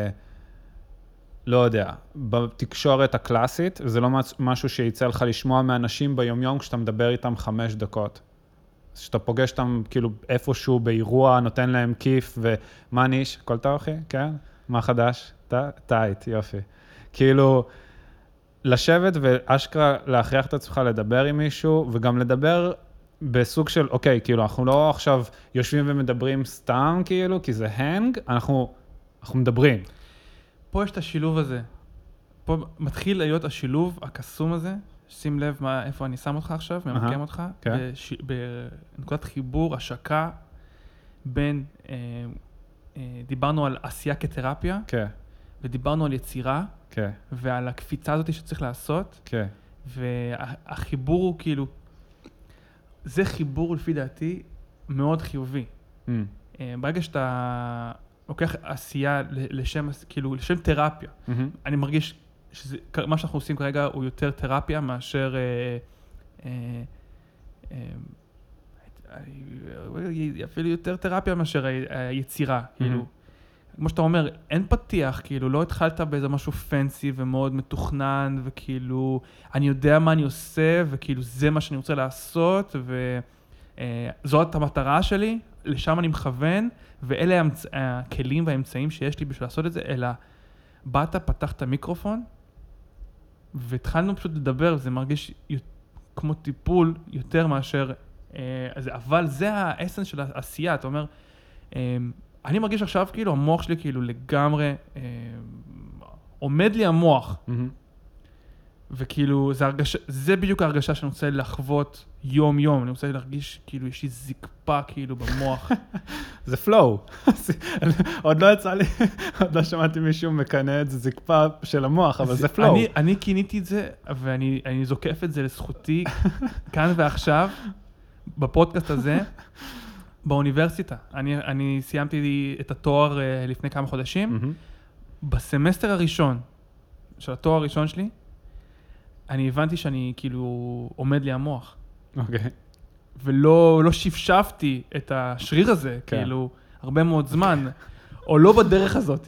לא יודע, בתקשורת הקלאסית, וזה לא משהו שיצא לך לשמוע מאנשים ביומיום כשאתה מדבר איתם 5 דקות. שאתה פוגש אותם כאילו איפשהו באירוע, נותן להם כיף, ומה ניש? הכל טוב אחי? כן? מה חדש? טייט, יופי. כאילו, לשבת ואשכרה להכריח את עצמך לדבר עם מישהו, וגם לדבר בסוג של, אוקיי, כאילו, אנחנו לא עכשיו יושבים ומדברים סתם, כאילו, כי זה הנג, אנחנו מדברים. פה יש את השילוב הזה. פה מתחיל להיות השילוב הקסום הזה, שים לב איפה אני שם אותך עכשיו, ממקם אותך, בנקודת חיבור, השקה, בין, דיברנו על עשייה כתרפיה, ודיברנו על יצירה, ועל הקפיצה הזאת שצריך לעשות, והחיבור הוא כאילו, זה חיבור לפי דעתי מאוד חיובי. ברגע שאתה לוקח עשייה לשם, כאילו, לשם תרפיה, אני מרגיש מה שאנחנו עושים כרגע הוא יותר תרפיה מאשר, אפילו יותר תרפיה מאשר היצירה, כאילו. כמו שאתה אומר, אין פתיח, כאילו, לא התחלת באיזה משהו פנסי ומאוד מתוכנן, וכאילו, אני יודע מה אני עושה, וכאילו, זה מה שאני רוצה לעשות, וזאת המטרה שלי, לשם אני מכוון, ואלה הכלים והאמצעים שיש לי בשביל לעשות את זה, אלא באת, פתחת מיקרופון, והתחלנו פשוט לדבר, זה מרגיש כמו טיפול יותר מאשר, אבל זה האסנס של העשייה, אתה אומר, אני מרגיש עכשיו כאילו, המוח שלי כאילו לגמרי, עומד לי המוח, וכאילו, זה בדיוק ההרגשה שאני רוצה לחוות יום-יום, אני רוצה להרגיש כאילו, יש לי זקפה כאילו במוח. זה פלואו. עוד לא יצא לי, עוד לא שמעתי מישהו מקנה את זה זקפה של המוח, אבל זה פלואו. אני כיניתי את זה, ואני זוקף את זה לזכותי, כאן ועכשיו, בפודקאסט הזה, באוניברסיטה. אני סיימתי את התואר לפני כמה חודשים, בסמסטר הראשון של התואר הראשון שלי, אני הבנתי שאני כאילו עומד לי המוח. אוקיי. ולא שפשפתי את השריר הזה, כאילו, הרבה מאוד זמן, או לא בדרך הזאת.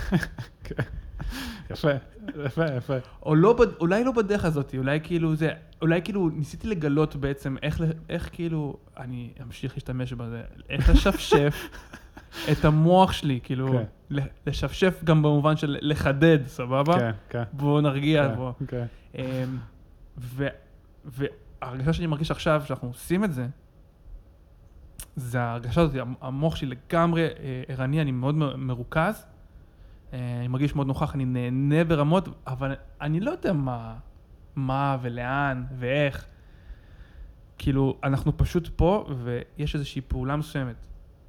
יפה, יפה, יפה. אולי לא בדרך הזאת, אולי כאילו ניסיתי לגלות בעצם איך כאילו, אני אמשיך להשתמש בזה, איך לשפשף את המוח שלי, כאילו, לשפשף גם במובן של לחדד, סבבה? כן, כן. בואו נרגיע, בואו. וההרגשה שאני מרגיש עכשיו, שאנחנו עושים את זה, זה ההרגשה הזאת, המוח שלי לגמרי ערני, אני מאוד מרוכז, אני מרגיש מאוד נוכח, אני נהנה ברמות, אבל אני לא יודע מה ולאן ואיך. כאילו, אנחנו פשוט פה, ויש איזושהי פעולה מסוימת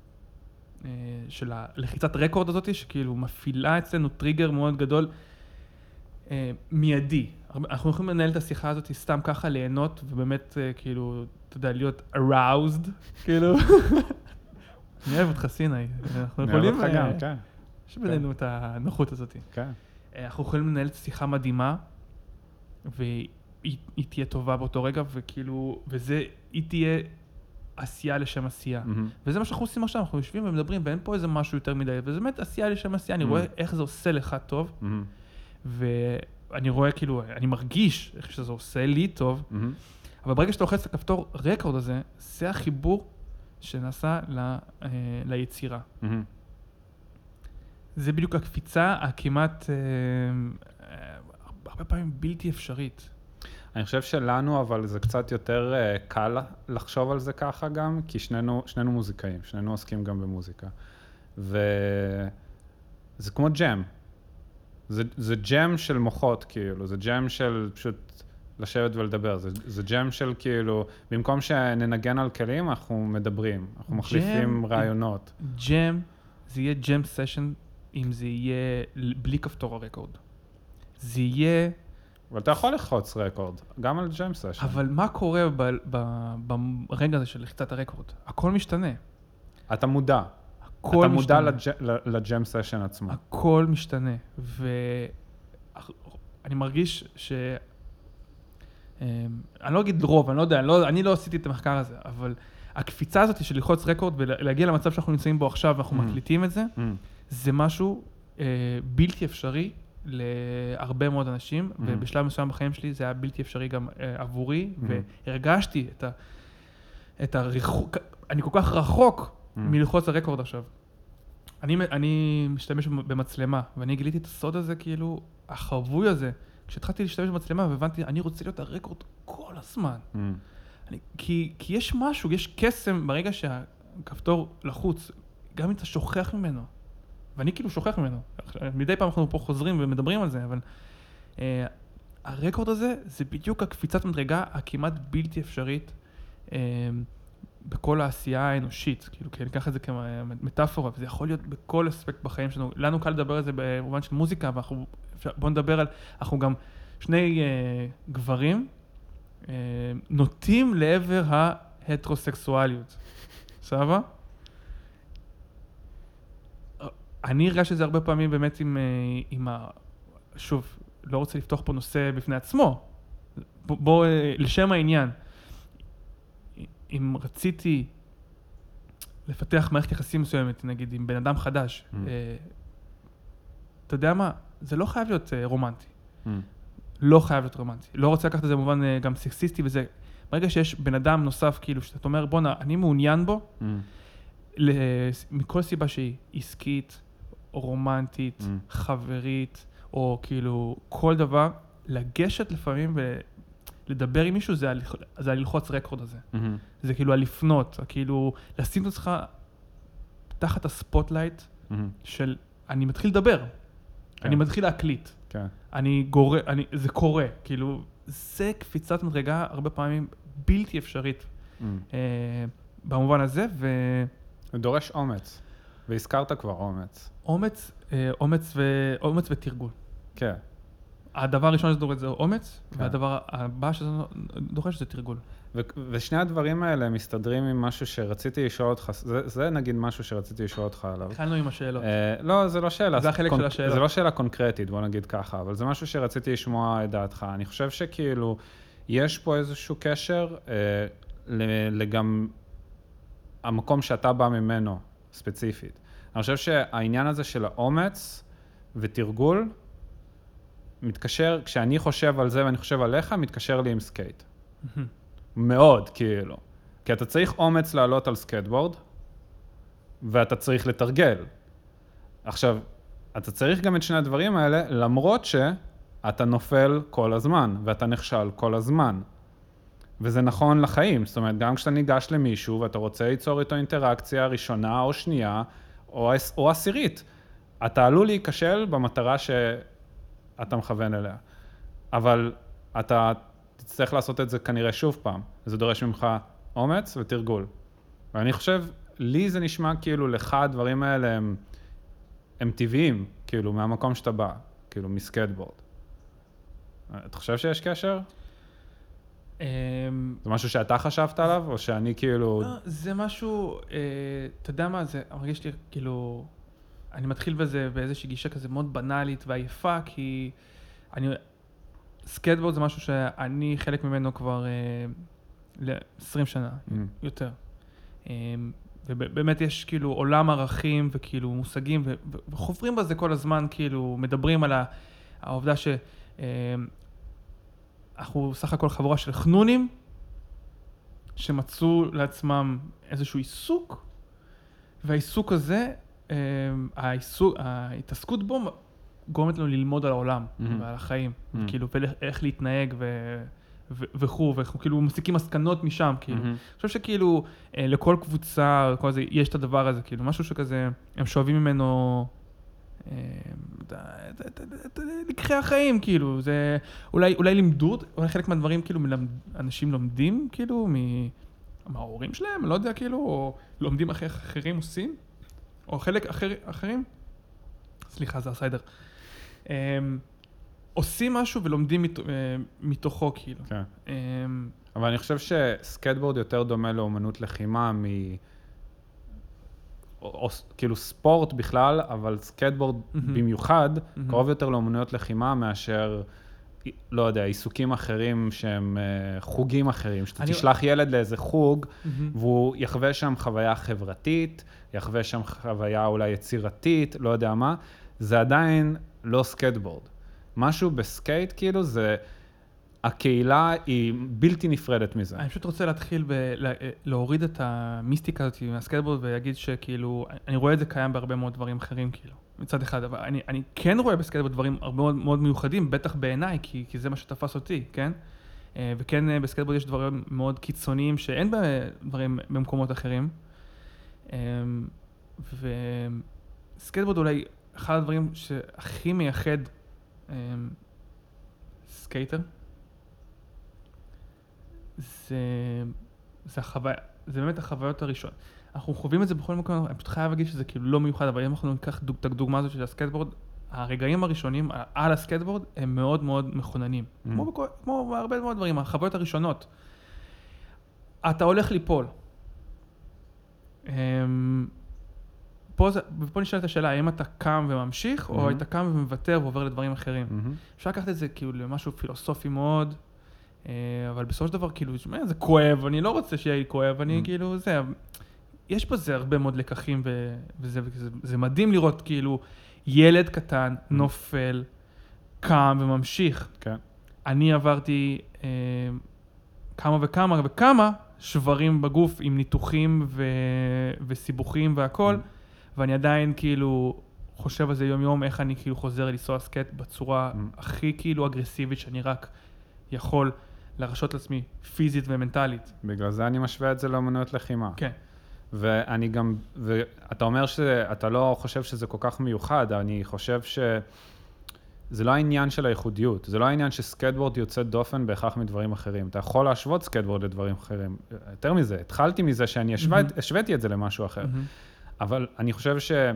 של הלחיצת רקורד הזאת, שכאילו מפעילה אצלנו טריגר מאוד גדול, מיידי. אנחנו יכולים לנהל את השיחה הזאת סתם ככה, ליהנות, ובאמת, כאילו, אתה יודע, להיות aroused, כאילו. אני אוהב אותך, סיני. אנחנו יכולים... אני אוהב אותך גם, כן. יש בינינו את הנוחות הזאת. כן. אנחנו יכולים לנהל את השיחה מדהימה, והיא תהיה טובה באותו רגע, וכאילו, היא תהיה עשייה לשם עשייה. וזה מה שאנחנו עושים עכשיו, אנחנו יושבים ומדברים, ואין פה איזה משהו יותר מדי, וזה באמת עשייה לשם עשייה, אני רואה איך זה עושה לך טוב, ואני רואה כאילו, אני מרגיש איך שזה עושה לי טוב, אבל ברגע שאתה לוחץ את הכפתור רקורד הזה, זה החיבור שנעשה ליצירה. זה בדיוק הקפיצה הכמעט, הרבה פעמים בלתי אפשרית. אני חושב שלנו, אבל זה קצת יותר קל לחשוב על זה ככה גם, כי שנינו מוזיקאים, שנינו עוסקים גם במוזיקה. וזה כמו ג'ם. זה ג'ם של מוחות, כאילו, זה ג'ם של פשוט לשבת ולדבר. זה ג'ם של כאילו, במקום שננגן על כלים, אנחנו מדברים, אנחנו מחליפים רעיונות. ג'ם, זה יהיה ג'ם סשן, אם זה יהיה בלי כפתור הרקורד. זה יהיה... אבל אתה יכול לחוץ רקורד, גם על ג'ם סשן. אבל מה קורה ברגע הזה של לחיצת הרקורד? הכל משתנה. אתה מודע. אתה מודע לג'ם סשן עצמו. הכל משתנה. ואני מרגיש אני לא אגיד רוב, אני לא יודע, אני לא עשיתי את המחקר הזה, אבל הקפיצה הזאת של ללחוץ רקורד ולהגיע למצב שאנחנו נמצאים בו עכשיו ואנחנו מקליטים את זה, זה משהו בלתי אפשרי להרבה מאוד אנשים, ובשלב מסוים בחיים שלי זה היה בלתי אפשרי גם עבורי, והרגשתי את הריחוק, אני כל כך רחוק מלחוץ הרקורד עכשיו. אני משתמש במצלמה, ואני גיליתי את הסוד הזה, כאילו, החבוי הזה, כשהתחלתי להשתמש במצלמה והבנתי, אני רוצה להיות הרקורד כל הזמן. כי יש משהו, יש קסם ברגע שהכפתור לחוץ, גם אם אתה שוכח ממנו, ואני כאילו שוכח ממנו, מדי פעם אנחנו פה חוזרים ומדברים על זה, אבל הרקורד הזה זה בדיוק הקפיצת מדרגה הכמעט בלתי אפשרית בכל העשייה האנושית, כאילו, כי אני אקח את זה כמטאפורה, וזה יכול להיות בכל אספקט בחיים שלנו. לנו קל לדבר על זה במובן של מוזיקה, בואו נדבר על, אנחנו גם שני גברים נוטים לעבר ההטרוסקסואליות. סבבה? אני הרגש את זה הרבה פעמים באמת שוב, לא רוצה לפתוח פה נושא בפני עצמו. בוא, לשם העניין. אם רציתי לפתח מערכת יחסים מסוימת, נגיד, עם בן אדם חדש, אתה יודע מה? זה לא חייב להיות רומנטי. לא חייב להיות רומנטי. לא רוצה לקחת את זה במובן גם סקסיסטי וזה. ברגע שיש בן אדם נוסף, כאילו, שאתה אומר, בונה, אני מעוניין בו, מכל סיבה שהיא עסקית, או רומנטית, חברית, או כאילו, כל דבר, לגשת לפעמים ולדבר עם מישהו, זה ללחוץ רקורד הזה. זה כאילו הלפנות, כאילו, לשים את עצמך תחת הספוטלייט של, אני מתחיל לדבר, אני מתחיל להקליט. זה קורה, כאילו, זה קפיצת מדרגה הרבה פעמים בלתי אפשרית במובן הזה, הוא דורש אומץ, והזכרת כבר אומץ. אומץ ותרגול. כן. הדבר הראשון שזה דורש זה אומץ, והדבר הבא שזה דורש זה תרגול. ושני הדברים האלה מסתדרים עם משהו שרציתי לשאול אותך, זה נגיד משהו שרציתי לשאול אותך עליו. התחלנו עם השאלות. לא, זה לא שאלה. זה החלק של השאלה. זה לא שאלה קונקרטית, בוא נגיד ככה, אבל זה משהו שרציתי לשמוע את דעתך. אני חושב שכאילו, יש פה איזשהו קשר לגם המקום שאתה בא ממנו, ספציפית. אני חושב שהעניין הזה של האומץ ותרגול, מתקשר, כשאני חושב על זה ואני חושב עליך, מתקשר לי עם סקייט. מאוד, כאילו. כי אתה צריך אומץ לעלות על סקייטבורד, ואתה צריך לתרגל. עכשיו, אתה צריך גם את שני הדברים האלה, למרות שאתה נופל כל הזמן, ואתה נכשל כל הזמן. וזה נכון לחיים. זאת אומרת, גם כשאתה ניגש למישהו, ואתה רוצה ליצור איתו אינטראקציה ראשונה או שנייה, או עשירית, אתה עלול להיכשל במטרה שאתה מכוון אליה. אבל אתה תצטרך לעשות את זה כנראה שוב פעם. זה דורש ממך אומץ ותרגול. ואני חושב, לי זה נשמע כאילו לך הדברים האלה הם טבעיים, כאילו מהמקום שאתה בא, כאילו מסקייטבורד. אתה חושב שיש קשר? זה משהו שאתה חשבת עליו, או שאני כאילו... זה משהו, אתה יודע מה, זה מרגיש לי כאילו, אני מתחיל בזה באיזושהי גישה כזה מאוד בנאלית ועייפה, כי סקייטבורד זה משהו שאני חלק ממנו כבר ל-20 שנה, יותר. ובאמת יש כאילו עולם ערכים וכאילו מושגים, וחופרים בזה כל הזמן, כאילו מדברים על העובדה אנחנו סך הכל חבורה של חנונים, שמצאו לעצמם איזשהו עיסוק, והעיסוק הזה, ההתעסקות בו גורמת לנו ללמוד על העולם ועל החיים, כאילו, ואיך להתנהג וכו', ואנחנו כאילו מסיקים מסקנות משם, כאילו. אני חושב שכאילו, לכל קבוצה, לכל זה, יש את הדבר הזה, כאילו, משהו שכזה, הם שואבים ממנו לקחי החיים, כאילו, זה אולי לימדו, אולי חלק מהדברים, כאילו, אנשים לומדים, כאילו, מההורים שלהם, לא יודע, כאילו, או לומדים אחרים עושים, או חלק אחרים, סליחה, זה הסיידר, עושים משהו ולומדים מתוכו, כאילו. כן. אבל אני חושב שסקייטבורד יותר דומה לאומנות לחימה או כאילו ספורט בכלל, אבל סקייטבורד במיוחד, קרוב יותר לאומנויות לחימה מאשר, לא יודע, עיסוקים אחרים שהם חוגים אחרים, שאתה תשלח ילד לאיזה חוג, והוא יחווה שם חוויה חברתית, יחווה שם חוויה אולי יצירתית, לא יודע מה, זה עדיין לא סקייטבורד. משהו בסקייט, כאילו, זה, הקהילה היא בלתי נפרדת מזה. אני פשוט רוצה להתחיל להוריד את המיסטיקה הזאת מהסקייטבורד, ולהגיד שכאילו, אני רואה את זה קיים בהרבה מאוד דברים אחרים, כאילו. מצד אחד, אבל אני כן רואה בסקייטבורד דברים הרבה מאוד, מאוד מיוחדים, בטח בעיניי, כי זה מה שתפס אותי, כן? וכן בסקייטבורד יש דברים מאוד קיצוניים שאין דברים במקומות אחרים. וסקייטבורד אולי אחד הדברים שהכי מייחד סקייטר, זה באמת החוויות הראשונות. אנחנו חווים את זה בכל מקום, אני פשוט חייב להגיד שזה כאילו לא מיוחד, אבל אם אנחנו ניקח את הדוגמה הזאת של הסקייטבורד, הרגעים הראשונים על הסקייטבורד הם מאוד מאוד מכוננים. כמו בהרבה מאוד דברים, החוויות הראשונות. אתה הולך ליפול. פה נשאלת השאלה, האם אתה קם וממשיך, או אתה קם ומוותר ועובר לדברים אחרים. אפשר לקחת את זה כאילו למשהו פילוסופי מאוד, אבל בסופו של דבר כאילו, זה כואב, אני לא רוצה שיהיה לי כואב, אני כאילו זה, יש פה זה הרבה מאוד לקחים, וזה מדהים לראות כאילו ילד קטן נופל, קם וממשיך. כן. אני עברתי כמה וכמה שברים בגוף עם ניתוחים וסיבוכים והכל, ואני עדיין כאילו חושב על זה יום יום, איך אני כאילו חוזר לנסוע סקייט בצורה הכי כאילו אגרסיבית שאני רק יכול להרשות לעצמי פיזית ומנטלית. בגלל זה אני משווה את זה לאמנויות לחימה. כן. ואני גם, ואתה אומר שאתה לא חושב שזה כל כך מיוחד, אני חושב שזה לא העניין של הייחודיות, זה לא העניין שסקייטבורד יוצא דופן בהכרח מדברים אחרים. אתה יכול להשוות סקייטבורד לדברים אחרים. יותר מזה, התחלתי מזה שאני השוויתי את זה למשהו אחר. אבל אני חושב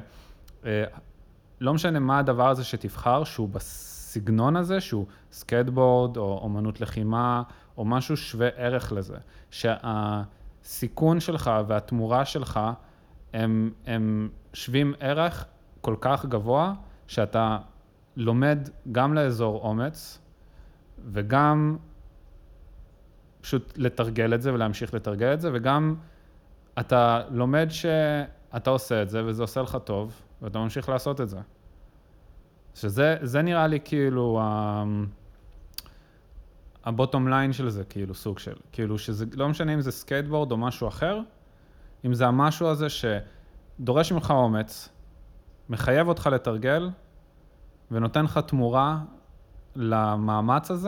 לא משנה מה הדבר הזה שתבחר, שהוא בסגנון הזה, שהוא סקייטבורד או אומנות לחימה, או משהו שווה ערך לזה. שהסיכון שלך והתמורה שלך הם שווים ערך כל כך גבוה, שאתה לומד גם לאזור אומץ, וגם פשוט לתרגל את זה ולהמשיך לתרגל את זה, וגם אתה לומד שאתה עושה את זה, וזה עושה לך טוב, ואתה ממשיך לעשות את זה. שזה נראה לי כאילו הבוטום ליין של זה, כאילו סוג של, כאילו שזה לא משנה אם זה סקייטבורד או משהו אחר, אם זה המשהו הזה שדורש ממך אומץ, מחייב אותך לתרגל, ונותן לך תמורה למאמץ הזה,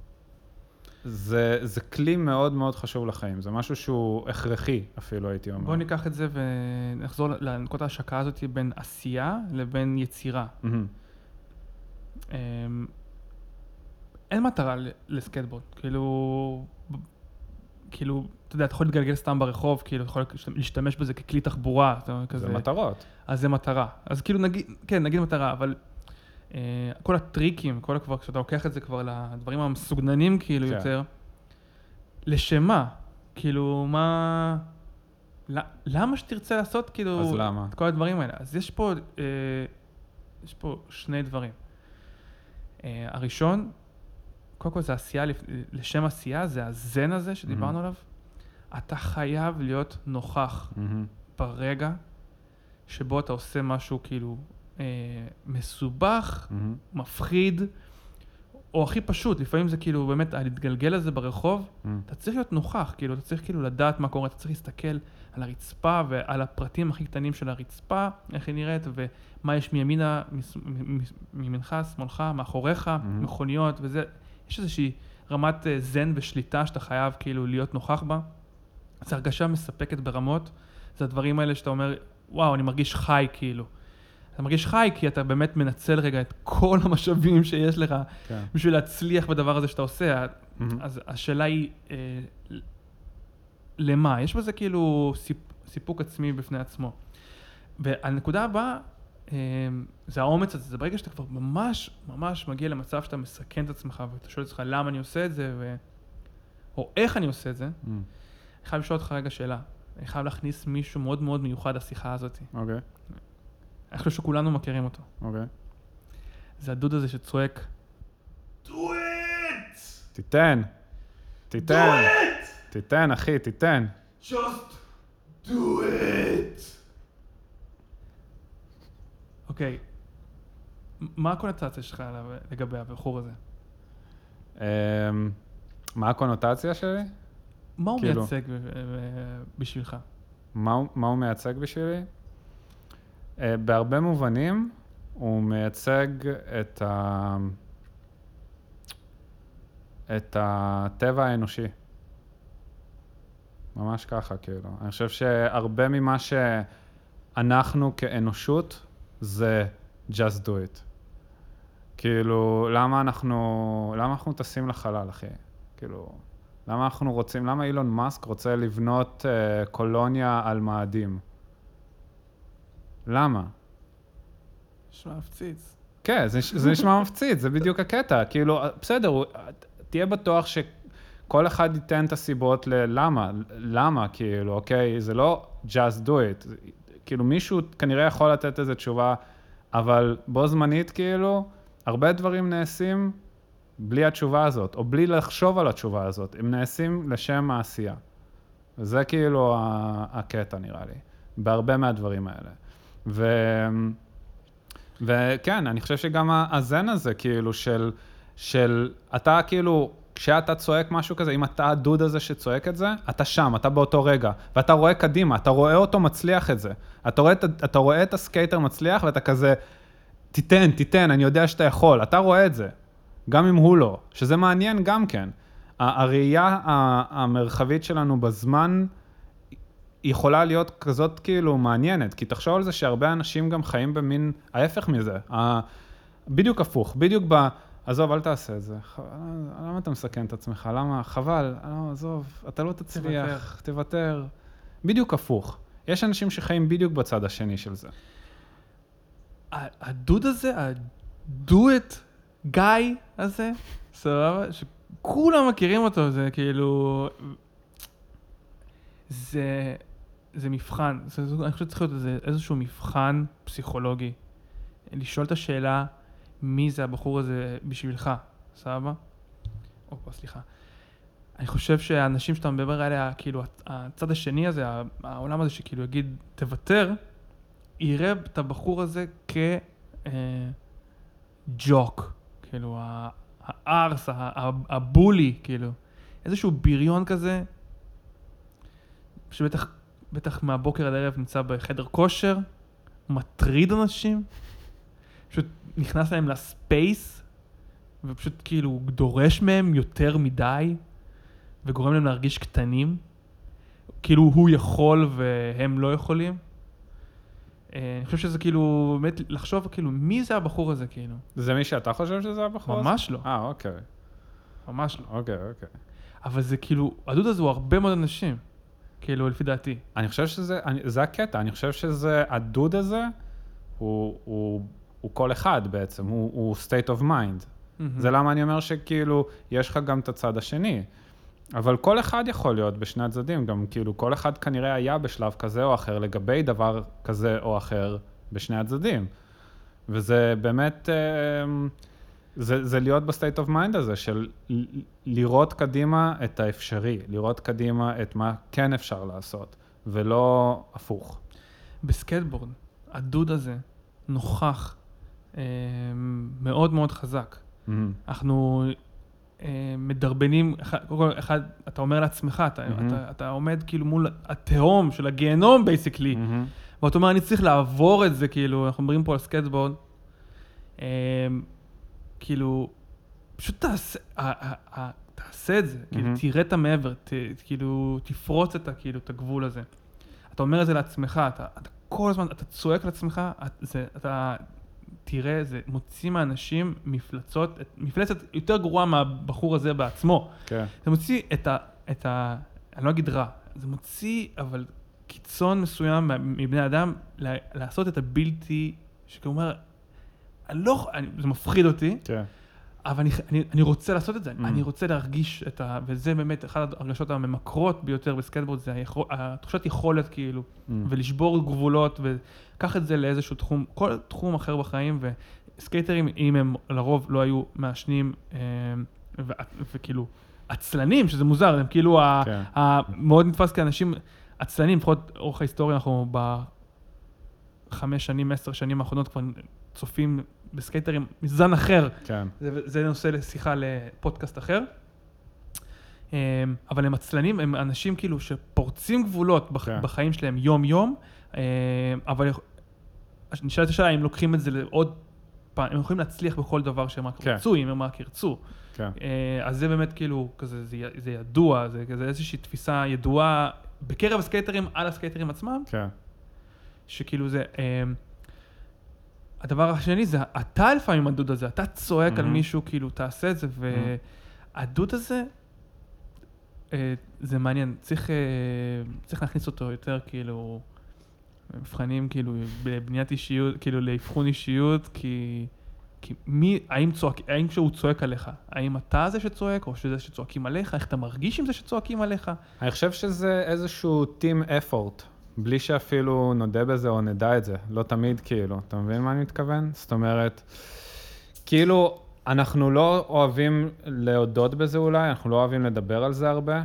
זה כלי מאוד מאוד חשוב לחיים, זה משהו שהוא הכרחי אפילו הייתי אומר. בוא ניקח את זה ונחזור לנקודת ההשקה הזאת בין עשייה לבין יצירה. אין מטרה לסקייטבורד, כאילו, אתה יודע, אתה יכול להתגלגל סתם ברחוב, כאילו, אתה יכול להשתמש בזה ככלי תחבורה. זה מטרות. אז זה מטרה. אז כאילו, נגיד מטרה, אבל כל הטריקים, כשאתה לוקח את זה כבר לדברים המסוגננים, כאילו, יותר, לשמה, כאילו, למה שתרצה לעשות, כאילו, אז למה? את כל הדברים האלה? אז יש פה שני דברים. הראשון, קודם כל זה עשייה, לשם עשייה, זה הזן הזה שדיברנו עליו. אתה חייב להיות נוכח ברגע שבו אתה עושה משהו כאילו מסובך, מפחיד, או הכי פשוט, לפעמים זה כאילו באמת להתגלגל לזה ברחוב, אתה צריך להיות נוכח, כאילו אתה צריך כאילו לדעת מה קורה, אתה צריך להסתכל על הרצפה ועל הפרטים הכי קטנים של הרצפה, איך היא נראית ומה יש מימינה, מימינך, שמאלך, מאחוריך, מכוניות וזה, יש איזושהי רמת זן ושליטה שאתה חייב כאילו להיות נוכח בה, זו הרגשה מספקת ברמות, זה הדברים האלה שאתה אומר, וואו, אני מרגיש חי כאילו. אתה מרגיש חי כי אתה באמת מנצל רגע את כל המשאבים שיש לך בשביל להצליח בדבר הזה שאתה עושה. אז השאלה היא, למה? יש בזה כאילו סיפוק עצמי בפני עצמו. והנקודה הבאה, זה האומץ הזה, זה ברגע שאתה כבר ממש ממש מגיע למצב שאתה מסכן את עצמך, ואתה שואל אותך למה אני עושה את זה, או איך אני עושה את זה. אני חייב לשאול אותך רגע שאלה. אני חייב להכניס מישהו מאוד מאוד מיוחד לשיחה הזאת. אוקיי. אני חושב שכולנו מכירים אותו. אוקיי. זה הדוד הזה שצועק, Do it! תיתן. Do it! תיתן, אחי, תיתן. Just do it! אוקיי, מה הקונוטציה שלך לגבי הבחור הזה? מה הקונוטציה שלי? מה הוא כאילו. מייצג בשבילך? מה הוא מייצג בשבילי? בהרבה מובנים, הוא מייצג את הטבע האנושי. ממש ככה, כאילו. אני חושב שהרבה ממה שאנחנו כאנושות זה just do it. כאילו, למה אנחנו טסים לחלל, אחי? כאילו, למה אילון מאסק רוצה לבנות קולוניה על מאדים? למה? נשמע מפציץ. כן, זה נשמע מפציץ, זה בדיוק הקטע. כאילו, בסדר, תהיה בטוח שכל אחד ייתן את הסיבות למה, כאילו, אוקיי? זה לא just do it. כאילו, מישהו כנראה יכול לתת איזו תשובה, אבל בו זמנית, כאילו, הרבה דברים נעשים בלי התשובה הזאת, או בלי לחשוב על התשובה הזאת. הם נעשים לשם העשייה. וזה כאילו הקטע, נראה לי, בהרבה מהדברים האלה. וכן, אני חושב שגם הזן הזה, כאילו, של אתה כאילו, כשאתה צועק משהו כזה, אם אתה הדוד הזה שצועק את זה, אתה שם, אתה באותו רגע, ואתה רואה קדימה, אתה רואה אותו מצליח את זה. אתה רואה את הסקייטר מצליח, ואתה כזה, תיתן, אני יודע שאתה יכול, אתה רואה את זה, גם אם הוא לא, שזה מעניין גם כן. הראייה המרחבית שלנו בזמן, יכולה להיות כזאת כאילו מעניינת, כי תחשוב על זה שהרבה אנשים גם חיים במין ההפך מזה, בדיוק הפוך, בדיוק עזוב, אל תעשה את זה, למה אתה מסכן את עצמך, למה, חבל, עזוב, אתה לא תצליח, תוותר, בדיוק הפוך. יש אנשים שחיים בדיוק בצד השני של זה. הדוד הזה, ה-do it guy הזה, סבבה, שכולם מכירים אותו, זה כאילו, זה מבחן, אני חושב שצריך להיות איזשהו מבחן פסיכולוגי, לשאול את השאלה, מי זה הבחור הזה בשבילך, סבבה? סליחה. אני חושב שהאנשים שאתה מדבר עליה, כאילו, הצד השני הזה, העולם הזה שכאילו יגיד, תוותר, יראה את הבחור הזה כג'וק, כאילו, הארס, הבולי, כאילו, איזשהו בריון כזה, שבטח מהבוקר עד הערב נמצא בחדר כושר, מטריד אנשים, פשוט נכנס להם לספייס, ופשוט כאילו דורש מהם יותר מדי, וגורם להם להרגיש קטנים, כאילו הוא יכול והם לא יכולים. אני חושב שזה כאילו, באמת לחשוב כאילו, מי זה הבחור הזה כאילו? זה מי שאתה חושב שזה הבחור הזה? ממש לא. אוקיי. ממש לא. אוקיי. אבל זה כאילו, הדוד הזה הוא הרבה מאוד אנשים, כאילו, לפי דעתי. אני חושב זה הקטע, אני חושב שזה, הדוד הזה, הוא כל אחד בעצם, הוא state of mind. זה למה אני אומר שכאילו, יש לך גם את הצד השני. אבל כל אחד יכול להיות בשני הצדדים, גם כאילו כל אחד כנראה היה בשלב כזה או אחר, לגבי דבר כזה או אחר בשני הצדדים. וזה באמת, זה להיות בסטייט אוף מיינד הזה, של לראות קדימה את האפשרי, לראות קדימה את מה כן אפשר לעשות, ולא הפוך. בסקייטבורד, הדוד הזה נוכח מאוד מאוד חזק. אנחנו מדרבנים, אחד, אתה אומר לעצמך, אתה עומד כאילו מול התהום של הגיהנום, basically, ואתה אומר, אני צריך לעבור את זה, כאילו, אנחנו מדברים פה על סקייטבורד, כאילו, פשוט תעשה את זה, כאילו, תראה את המעבר, כאילו, תפרוץ את הגבול הזה. אתה אומר את זה לעצמך, אתה כל הזמן, אתה צועק לעצמך, אתה תראה, זה מוציא מהאנשים מפלצת יותר גרועה מהבחור הזה בעצמו. כן. זה מוציא אני לא אגיד רע, זה מוציא, אבל קיצון מסוים מבני אדם, לעשות את הבלתי, שכאומר, זה מפחיד אותי, כן. אבל אני רוצה לעשות את זה, אני רוצה להרגיש וזה באמת אחת הרגשות הממכרות ביותר בסקייטבורד, זה התחושת יכולת כאילו, ולשבור גבולות, וקח את זה לאיזשהו תחום, כל תחום אחר בחיים, וסקייטרים, אם הם לרוב לא היו מעשנים, וכאילו, עצלנים, שזה מוזר, הם כאילו מאוד נתפס כאנשים עצלנים, לפחות אורך ההיסטוריה, אנחנו ב5 שנים, 10 שנים האחרונות כבר צופים בסקייטרים מזן אחר. כן. זה נושא לשיחה לפודקאסט אחר. אבל הם עצלנים, הם אנשים כאילו שפורצים גבולות בחיים שלהם יום-יום, אבל נשאלת השאלה אם לוקחים את זה לעוד הם יכולים להצליח בכל דבר שהם רק כן. רצו, אם הם רק ירצו. כן. אז זה באמת כאילו, כזה, זה ידוע, זה כזה איזושהי תפיסה ידועה בקרב הסקייטרים, על הסקייטרים עצמם, כן. שכאילו זה, הדבר השני זה, אתה לפעמים הדוד הזה, אתה צועק על מישהו, כאילו, תעשה את זה, והדוד הזה, זה מעניין, צריך להכניס אותו יותר, כאילו, מבחנים, כאילו, בבניית אישיות, כאילו, לאבחון אישיות, כי האם כשהוא צועק עליך, האם אתה זה שצועק, או שזה שצועקים עליך, איך אתה מרגיש עם זה שצועקים עליך? אני חושב שזה איזשהו team effort, בלי שאפילו נודה בזה או נדע את זה, לא תמיד כאילו, אתה מבין מה אני מתכוון? זאת אומרת, כאילו, אנחנו לא אוהבים להודות בזה אולי, אנחנו לא אוהבים לדבר על זה הרבה,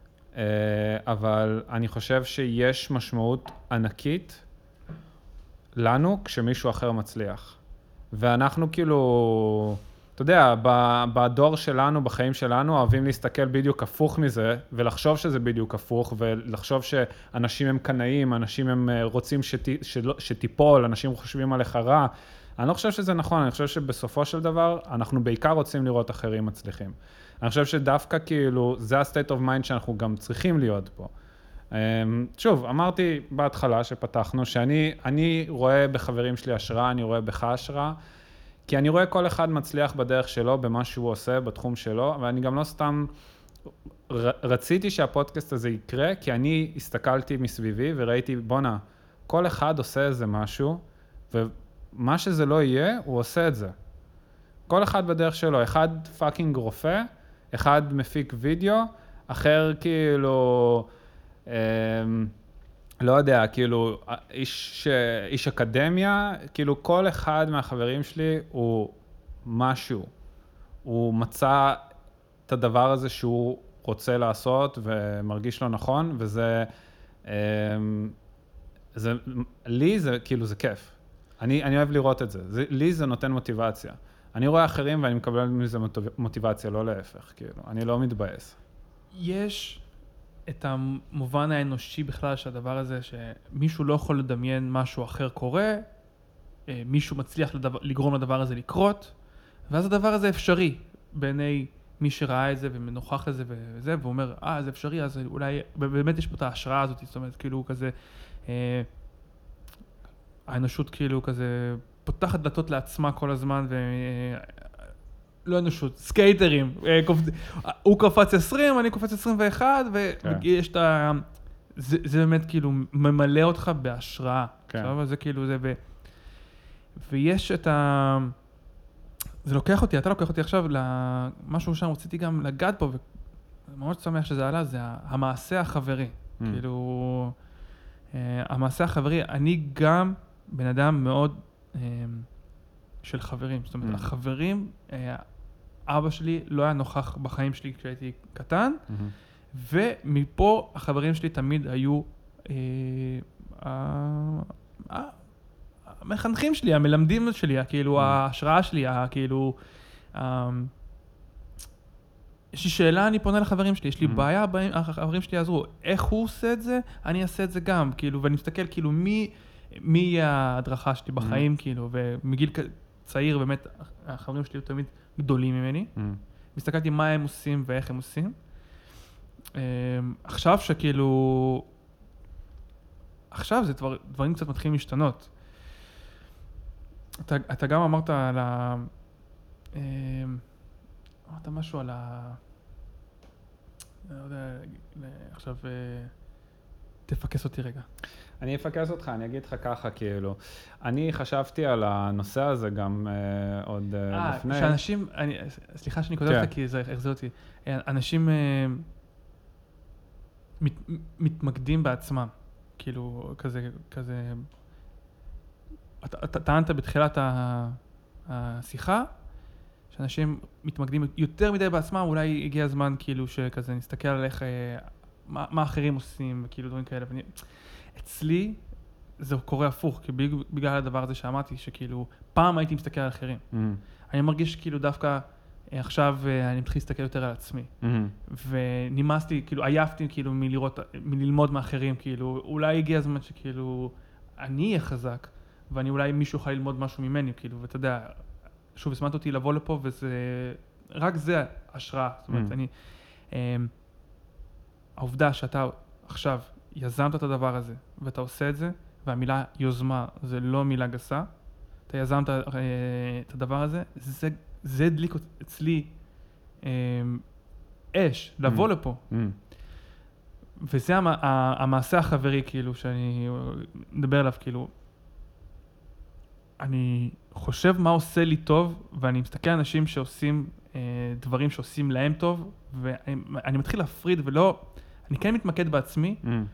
אבל אני חושב שיש משמעות ענקית לנו כשמישהו אחר מצליח. ואנחנו כאילו, אתה יודע, בדור שלנו, בחיים שלנו, אוהבים להסתכל בדיוק הפוך מזה, ולחשוב שזה בדיוק הפוך, ולחשוב שאנשים הם קנאים, אנשים הם רוצים שתיפול, אנשים חושבים עליך רע. אני לא חושב שזה נכון, אני חושב שבסופו של דבר, אנחנו בעיקר רוצים לראות אחרים מצליחים. אני חושב שדווקא כאילו, זה ה-state of mind שאנחנו גם צריכים להיות פה. שוב, אמרתי בהתחלה שפתחנו, שאני רואה בחברים שלי השראה, אני רואה בך השראה, כי אני רואה כל אחד מצליח בדרך שלו, במה שהוא עושה, בתחום שלו, ואני גם לא סתם רציתי שהפודקאסט הזה יקרה, כי אני הסתכלתי מסביבי וראיתי, בונה, כל אחד עושה איזה משהו, ומה שזה לא יהיה, הוא עושה את זה. כל אחד בדרך שלו, אחד פאקינג רופא, אחד מפיק וידאו, אחר כאילו, לא יודע, כאילו, איש אקדמיה, כאילו כל אחד מהחברים שלי הוא משהו. הוא מצא את הדבר הזה שהוא רוצה לעשות ומרגיש לו נכון, וזה, לי זה כאילו זה כיף. אני אוהב לראות את זה. לי זה נותן מוטיבציה. אני רואה אחרים ואני מקבל מזה מוטיבציה, לא להפך, כאילו. אני לא מתבאס. יש את המובן האנושי בכלל שהדבר הזה, שמישהו לא יכול לדמיין משהו אחר קורה, מישהו מצליח לגרום לדבר הזה לקרות, ואז הדבר הזה אפשרי בעיני מי שראה את זה ומנוכח לזה וזה, ואומר, זה אפשרי, אז אולי באמת יש פה את ההשראה הזאת, זאת אומרת, כאילו כזה, האנושות כאילו כזה פותחת דלתות לעצמה כל הזמן, לא אנושות, סקייטרים, הוא קופץ 20, אני קופץ 21, ויש את ה... זה באמת כאילו ממלא אותך בהשראה. זה כאילו זה, ויש את ה... זה לוקח אותי, אתה לוקח אותי עכשיו למשהו שם, רציתי גם לגעת פה, ומאוד שמח שזה עלה, זה המעשה החברי. כאילו, המעשה החברי, אני גם בן אדם מאוד של חברים. זאת אומרת, החברים, אבא שלי לא היה נוכח בחיים שלי כשהייתי קטן, ומפה החברים שלי תמיד היו המחנכים שלי, המלמדים שלי, כאילו ההשראה שלי, כאילו יש לי שאלה, אני פונה לחברים שלי, יש לי בעיה, החברים שלי יעזרו, איך הוא עושה את זה, אני אעשה את זה גם, כאילו, ואני מסתכל כאילו מי יהיה ההדרכה שלי בחיים, כאילו, ומגיל צעיר באמת החברים שלי תמיד גדולים ממני, מסתכלתי מה הם עושים ואיך הם עושים. עכשיו שכאילו, עכשיו זה דברים קצת מתחילים להשתנות. אתה גם אמרת על אמרת משהו על לא יודע, עכשיו תפקס אותי רגע. אני אפקס אותך, אני אגיד לך ככה, כאילו, אני חשבתי על הנושא הזה גם עוד לפני. שאנשים, סליחה שאני כותב אותה, כי זה החזיר אותי, אנשים מתמקדים בעצמם, כאילו, כזה, אתה טענת בתחילת השיחה, שאנשים מתמקדים יותר מדי בעצמם, אולי הגיע הזמן כאילו שכזה נסתכל על איך, מה אחרים עושים, וכאילו דברים כאלה. אצלי זה קורה הפוך, כי בגלל הדבר הזה שאמרתי, שכאילו פעם הייתי מסתכל על אחרים. אני מרגיש כאילו דווקא עכשיו אני מתחיל להסתכל יותר על עצמי. ונמאסתי, כאילו עייפתי כאילו מללמוד מאחרים, כאילו אולי הגיע הזמן שכאילו אני אהיה חזק, ואני אולי מישהו יוכל ללמוד משהו ממני, כאילו, ואתה יודע, שוב, הזמנת אותי לבוא לפה, וזה, רק זה השראה. זאת אומרת, העובדה שאתה עכשיו יזמת את הדבר הזה, ואתה עושה את זה, והמילה יוזמה זה לא מילה גסה, אתה יזמת את הדבר הזה, זה הדליק אצלי אש, לבוא לפה. וזה המעשה החברי, כאילו, שאני מדבר עליו, כאילו, אני חושב מה עושה לי טוב, ואני מסתכל על אנשים שעושים דברים שעושים להם טוב, ואני מתחיל להפריד ולא, אני כן מתמקד בעצמי,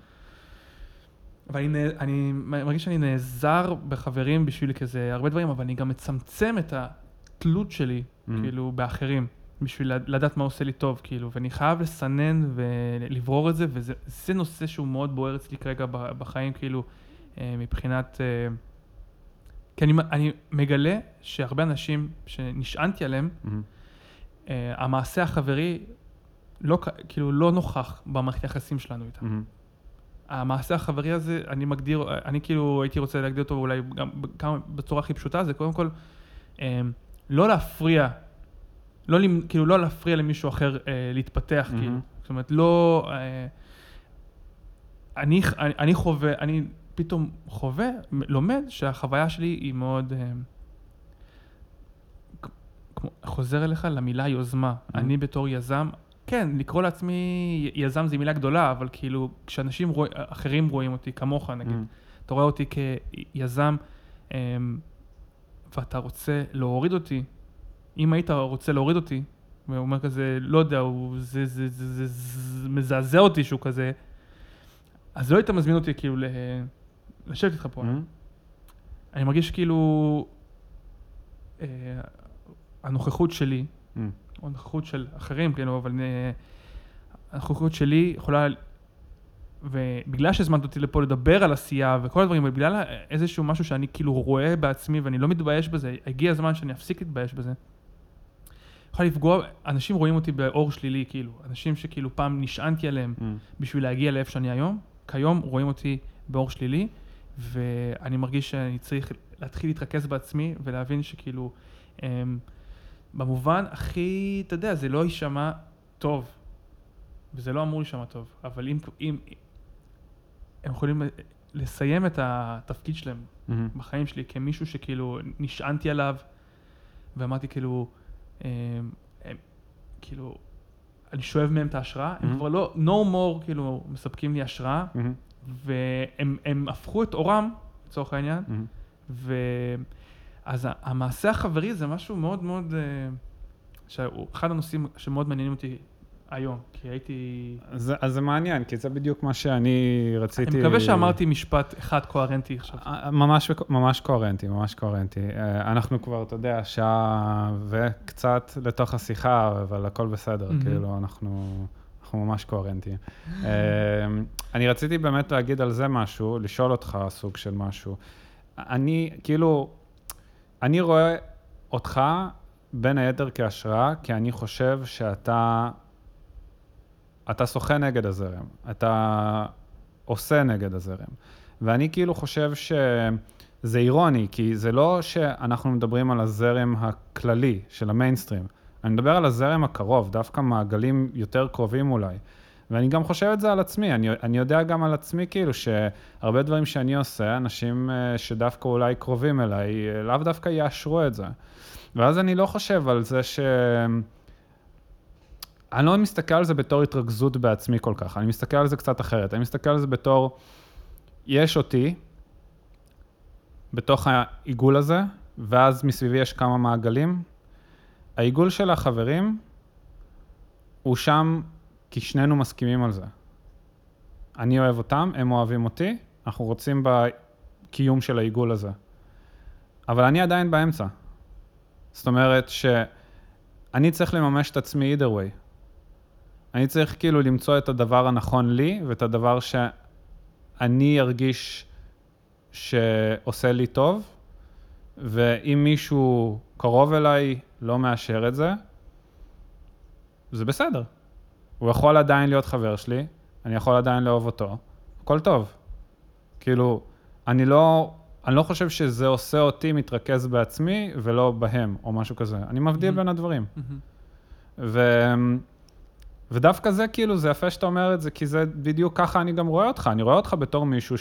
ואני מרגיש שאני נעזר בחברים בשביל כזה הרבה דברים, אבל אני גם מצמצם את התלות שלי, כאילו, באחרים, בשביל לדעת מה עושה לי טוב, כאילו, ואני חייב לסנן ולברור את זה, וזה נושא שהוא מאוד בוער אצלי כרגע בחיים, כאילו, מבחינת, כי אני מגלה שהרבה אנשים שנשענתי עליהם, המעשה החברי כאילו לא נוכח במערכת היחסים שלנו איתם. המעשה החברי הזה, אני כאילו הייתי רוצה להגדיר אותו אולי גם בצורה הכי פשוטה, זה קודם כל לא להפריע, כאילו לא להפריע למישהו אחר להתפתח, כאילו. זאת אומרת, לא, אני פתאום לומד שהחוויה שלי היא מאוד, חוזר אליך למילה יוזמה. אני בתור יזם, כן, לקרוא לעצמי יזם זה מילה גדולה, אבל כאילו, כשאנשים אחרים רואים אותי, כמוך נגיד, אתה רואה אותי כיזם, ואתה רוצה להוריד אותי, אם היית רוצה להוריד אותי, והוא אומר כזה, לא יודע, זה מזעזע אותי שהוא כזה, אז לא היית מזמין אותי כאילו לשבת איתך פה. אני מרגיש כאילו הנוכחות שלי, או הנוכחות של אחרים, כאילו, אבל הנוכחות שלי יכולה, ובגלל שהזמנת אותי לפה לדבר על עשייה וכל הדברים, ובגלל איזשהו משהו שאני כאילו רואה בעצמי ואני לא מתבייש בזה, הגיע הזמן שאני אפסיק להתבייש בזה. יכול לפגוע, אנשים רואים אותי באור שלילי, כאילו, אנשים שכאילו פעם נשענתי עליהם בשביל להגיע לאיפה שאני היום, כיום רואים אותי באור שלילי, ואני מרגיש שאני צריך להתחיל להתרכז בעצמי ולהבין שכאילו, במובן הכי, אתה יודע, זה לא יישמע טוב, וזה לא אמור להישמע טוב, אבל אם הם יכולים לסיים את התפקיד שלהם בחיים שלי כמישהו שכאילו נשענתי עליו, ואמרתי כאילו, כאילו, אני שואב מהם את ההשראה, הם כבר לא, no more, כאילו, מספקים לי השראה, והם הפכו את אורם, לצורך העניין, אז המעשה החברי זה משהו מאוד מאוד, אחד הנושאים שמאוד מעניינים אותי היום, כי הייתי... אז זה מעניין, כי זה בדיוק מה שאני רציתי... אני מקווה שאמרתי משפט אחד קוהרנטי עכשיו. ממש קוהרנטי, ממש קוהרנטי. אנחנו כבר, אתה יודע, שעה וקצת לתוך השיחה, אבל הכל בסדר, כאילו, אנחנו ממש קוהרנטיים. אני רציתי באמת להגיד על זה משהו, לשאול אותך סוג של משהו. אני רואה אותך בין היתר כהשראה, כי אני חושב שאתה שוחה נגד הזרם, אתה עושה נגד הזרם. ואני כאילו חושב שזה אירוני, כי זה לא שאנחנו מדברים על הזרם הכללי של המיינסטרים, אני מדבר על הזרם הקרוב, דווקא מעגלים יותר קרובים אולי. ואני גם חושב את זה על עצמי, אני יודע גם על עצמי כאילו שהרבה דברים שאני עושה, אנשים שדווקא אולי קרובים אליי, לאו דווקא יאשרו את זה. ואז אני לא חושב על זה אני לא מסתכל על זה בתור התרכזות בעצמי כל כך, אני מסתכל על זה קצת אחרת, אני מסתכל על זה בתור, יש אותי, בתוך העיגול הזה, ואז מסביבי יש כמה מעגלים. העיגול של החברים, הוא שם כי שנינו מסכימים על זה. אני אוהב אותם, הם אוהבים אותי, אנחנו רוצים בקיום של העיגול הזה. אבל אני עדיין באמצע. זאת אומרת שאני צריך לממש את עצמי either way. אני צריך כאילו למצוא את הדבר הנכון לי, ואת הדבר שאני ארגיש שעושה לי טוב, ואם מישהו קרוב אליי לא מאשר את זה, זה בסדר. הוא יכול עדיין להיות חבר שלי, אני יכול עדיין לאהוב אותו, הכל טוב. כאילו, אני לא אני לא חושב שזה עושה אותי מתרכז בעצמי ולא בהם, או משהו כזה. אני מבדיל בין הדברים. ודווקא זה כאילו, זה יפה שאתה אומר את זה, כי זה בדיוק ככה אני גם רואה אותך. אני רואה אותך בתור מישהו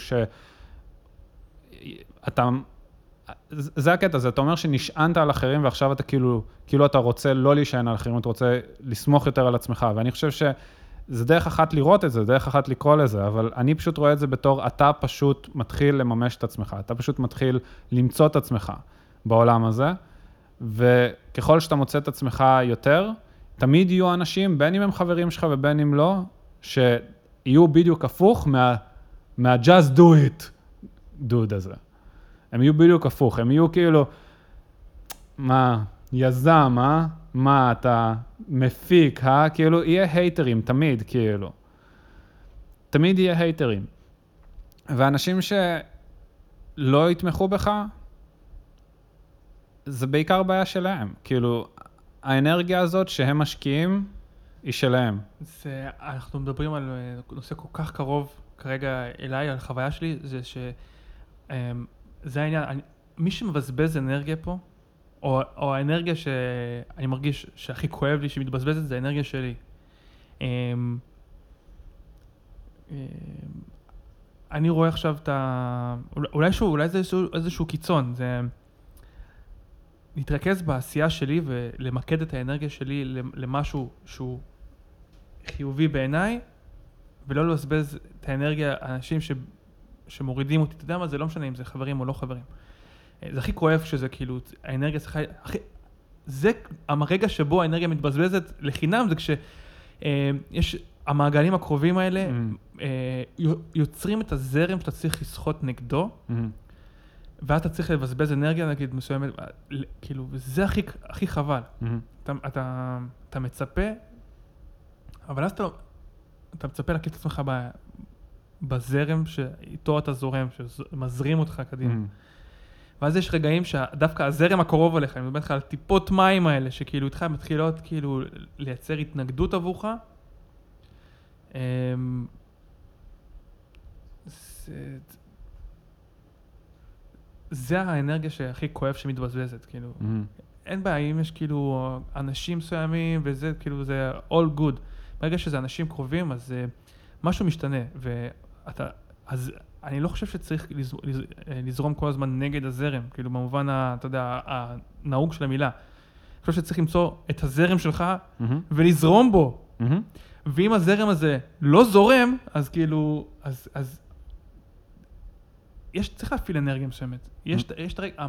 אתה, זה הקטע, זה אתה אומר שנשענת על אחרים, ועכשיו אתה כאילו אתה רוצה לא להישען על אחרים, אתה רוצה לסמוך יותר על עצמך, ואני חושב שזה דרך אחת לראות את זה, דרך אחת לקרוא לזה, אבל אני פשוט רואה את זה בתור, אתה פשוט מתחיל לממש את עצמך, אתה פשוט מתחיל למצוא את עצמך בעולם הזה, וככל שאתה מוצא את עצמך יותר, תמיד יהיו אנשים, בין אם הם חברים שלך ובין אם לא, שיהיו בדיוק הפוך מה-just do it dude הזה. הם יהיו בדיוק הפוך, הם יהיו כאילו, מה, יזם, מה, אתה מפיק, כאילו, יהיה הייטרים, תמיד, כאילו. תמיד יהיה הייטרים. ואנשים שלא יתמכו בך, זה בעיקר בעיה שלהם. כאילו, האנרגיה הזאת שהם משקיעים, היא שלהם. אנחנו מדברים על נושא כל כך קרוב כרגע אליי, על חוויה שלי, זה ש... זה העניין, מי שמבזבז אנרגיה פה, או האנרגיה שאני מרגיש שהכי כואב לי שמתבזבזת, זה האנרגיה שלי. אני רואה עכשיו את ה... אולי זה איזשהו קיצון, זה להתרכז בעשייה שלי ולמקד את האנרגיה שלי למשהו שהוא חיובי בעיניי, ולא לבזבז את האנרגיה, האנשים שמורידים אותי, אתה יודע מה, זה לא משנה אם זה חברים או לא חברים. זה הכי כואב שזה כאילו, האנרגיה צריכה, זה הרגע שבו האנרגיה מתבזבזת לחינם, זה כשיש, המעגלים הקרובים האלה, יוצרים את הזרם שאתה צריך לשחות נגדו, ואז אתה צריך לבזבז אנרגיה, נגיד, מסוימת, כאילו, וזה הכי חבל. אתה מצפה, אבל אז אתה מצפה להקיף את עצמך בזרם שאיתו אתה זורם, שמזרים אותך קדימה. ואז יש רגעים שדווקא הזרם הקרוב עליך, אני מדבר לך על טיפות מים האלה, שכאילו איתך מתחילות כאילו לייצר התנגדות עבורך. זה האנרגיה שהכי כואב שמתבזבזת, כאילו. אין בעיה, אם יש כאילו אנשים מסוימים, וזה כאילו זה all good. ברגע שזה אנשים קרובים, אז משהו משתנה, אז אני לא חושב שצריך לזרום כל הזמן נגד הזרם, כאילו במובן, אתה יודע, הנהוג של המילה. אני חושב שצריך למצוא את הזרם שלך ולזרום בו. ואם הזרם הזה לא זורם, אז כאילו, אז צריך להפעיל אנרגיה מסוימת. יש את הרגע,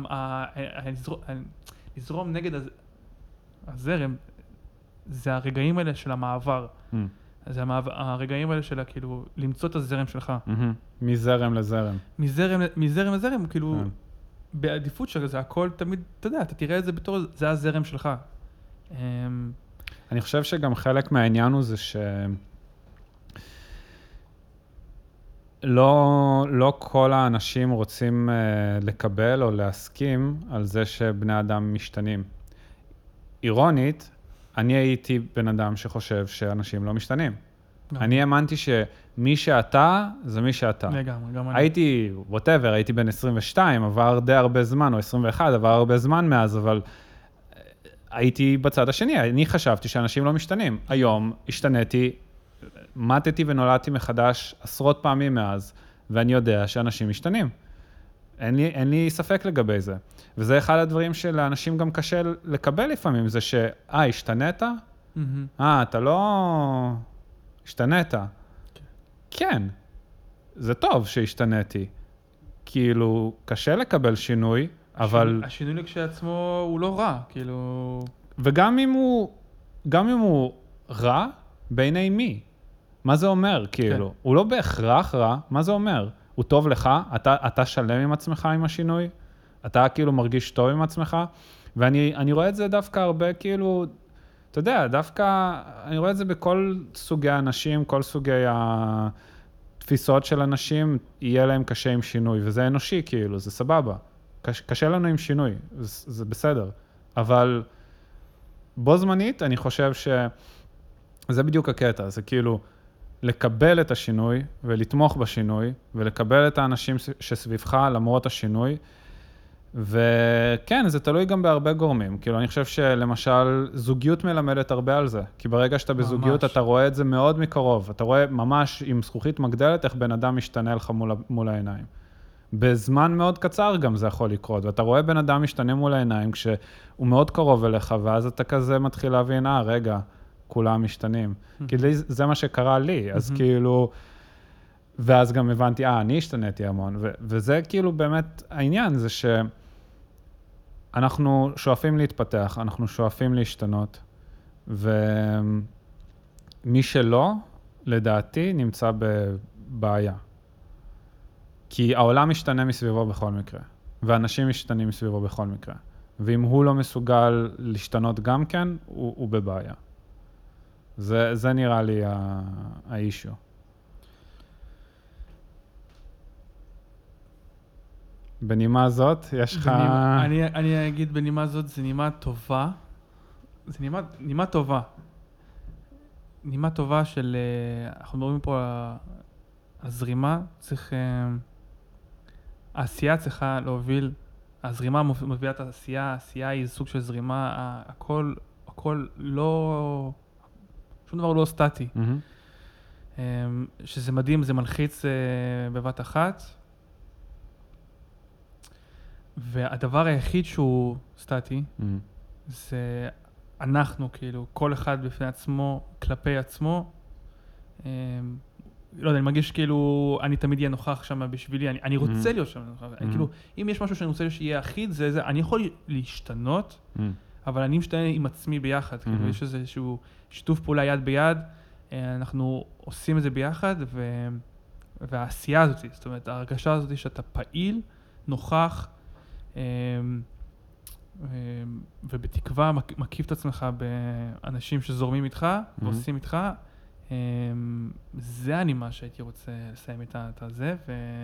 לזרום נגד הזרם, זה הרגעים האלה של המעבר. זה הרגעים האלה של כאילו, למצוא את הזרם שלך. מזרם לזרם. מזרם לזרם, כאילו, בעדיפות שזה הכל תמיד, אתה יודע, אתה תראה את זה בתור, זה הזרם שלך. אני חושב שגם חלק מהעניין הוא זה לא כל האנשים רוצים לקבל או להסכים על זה שבני אדם משתנים. אירונית, אני הייתי בן אדם שחושב שאנשים לא משתנים. אני האמנתי שמי שאתה, זה מי שאתה. גם אני. הייתי, whatever, הייתי בן 22, עבר די הרבה זמן, או 21, עבר הרבה זמן מאז, אבל הייתי בצד השני. אני חשבתי שאנשים לא משתנים. היום השתניתי, מתתי ונולדתי מחדש עשרות פעמים מאז, ואני יודע שאנשים משתנים. אין לי ספק לגבי זה. וזה אחד הדברים שלאנשים גם קשה לקבל לפעמים, זה השתנית? אתה לא השתנית. כן, זה טוב שהשתניתי. כאילו, קשה לקבל שינוי, אבל... השינוי כשעצמו הוא לא רע, כאילו... וגם אם הוא רע, בעיני מי? מה זה אומר, כאילו? הוא לא בהכרח רע, מה זה אומר? הוא טוב לך, אתה שלם עם עצמך עם השינוי, אתה כאילו מרגיש טוב עם עצמך, ואני רואה את זה דווקא הרבה כאילו, אתה יודע, דווקא אני רואה את זה בכל סוגי האנשים, כל סוגי התפיסות של אנשים, יהיה להם קשה עם שינוי, וזה אנושי כאילו, זה סבבה. קשה לנו עם שינוי, זה בסדר. אבל בו זמנית אני חושב שזה בדיוק הקטע, זה כאילו, לקבל את השינוי ולתמוך בשינוי, ולקבל את האנשים שסביבך למרות השינוי, וכן, זה תלוי גם בהרבה גורמים. כאילו, אני חושב שלמשל, זוגיות מלמדת הרבה על זה. כי ברגע שאתה בזוגיות, אתה רואה את זה מאוד מקרוב. אתה רואה ממש עם זכוכית מגדלת, איך בן אדם משתנה לך מול העיניים. בזמן מאוד קצר גם זה יכול לקרות, ואתה רואה בן אדם משתנה מול העיניים כשהוא מאוד קרוב אליך, ואז אתה כזה מתחיל להבין, רגע, כולם משתנים. כי זה מה שקרה לי, אז כאילו... ואז גם הבנתי, אני השתניתי המון, וזה כאילו באמת העניין, זה שאנחנו שואפים להתפתח, אנחנו שואפים להשתנות, ומי שלא, לדעתי, נמצא בבעיה. כי העולם משתנה מסביבו בכל מקרה, ואנשים משתנים מסביבו בכל מקרה. ואם הוא לא מסוגל להשתנות גם כן, הוא בבעיה. זה נראה לי האישו. בנימה זאת, יש לך... אני אגיד בנימה זאת, זה נימה טובה. זה נימה טובה. נימה טובה של... אנחנו מדברים פה על הזרימה, צריך... העשייה צריכה להוביל, הזרימה מובילה את העשייה, העשייה היא סוג של זרימה, הכל לא... שום דבר לא סטטי. שזה מדהים, זה מלחיץ בבת אחת. והדבר היחיד שהוא סטטי, זה אנחנו, כאילו, כל אחד בפני עצמו, כלפי עצמו. לא יודע, אני מרגיש כאילו, אני תמיד אהיה נוכח שם בשבילי, אני רוצה להיות שם נוכח. כאילו, אם יש משהו שאני רוצה שיהיה אחיד, אני יכול להשתנות, אבל אני משתנה עם עצמי ביחד. כאילו, יש איזשהו שיתוף פעולה יד ביד, אנחנו עושים את זה ביחד, והעשייה הזאת, זאת אומרת, ההרגשה הזאת שאתה פעיל, נוכח, ובתקווה מקיף את עצמך באנשים שזורמים איתך ועושים איתך, זה הנימה שהייתי רוצה לסיים את זה,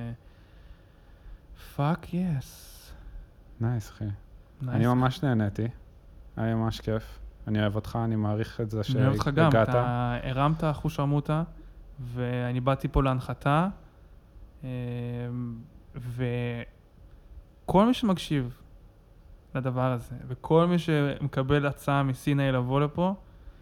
פאק יס. נייס, אחי. אני ממש נהניתי, היה ממש כיף. אני אוהב אותך, אני מעריך את זה שהגעת. אני אוהב אותך גם, אתה הרמת אחוש רמותה, ואני באתי פה להנחתה, וכל מי שמקשיב לדבר הזה, וכל מי שמקבל הצעה מסיני לבוא לפה,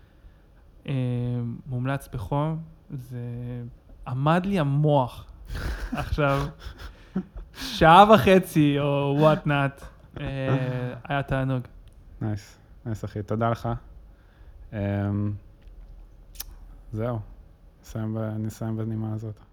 מומלץ בחום, זה עמד לי המוח עכשיו, 1.5 שעה או what not, היה תענוג. נייס, נייס אחי, תודה לך. זהו, נסיים בנימה הזאת.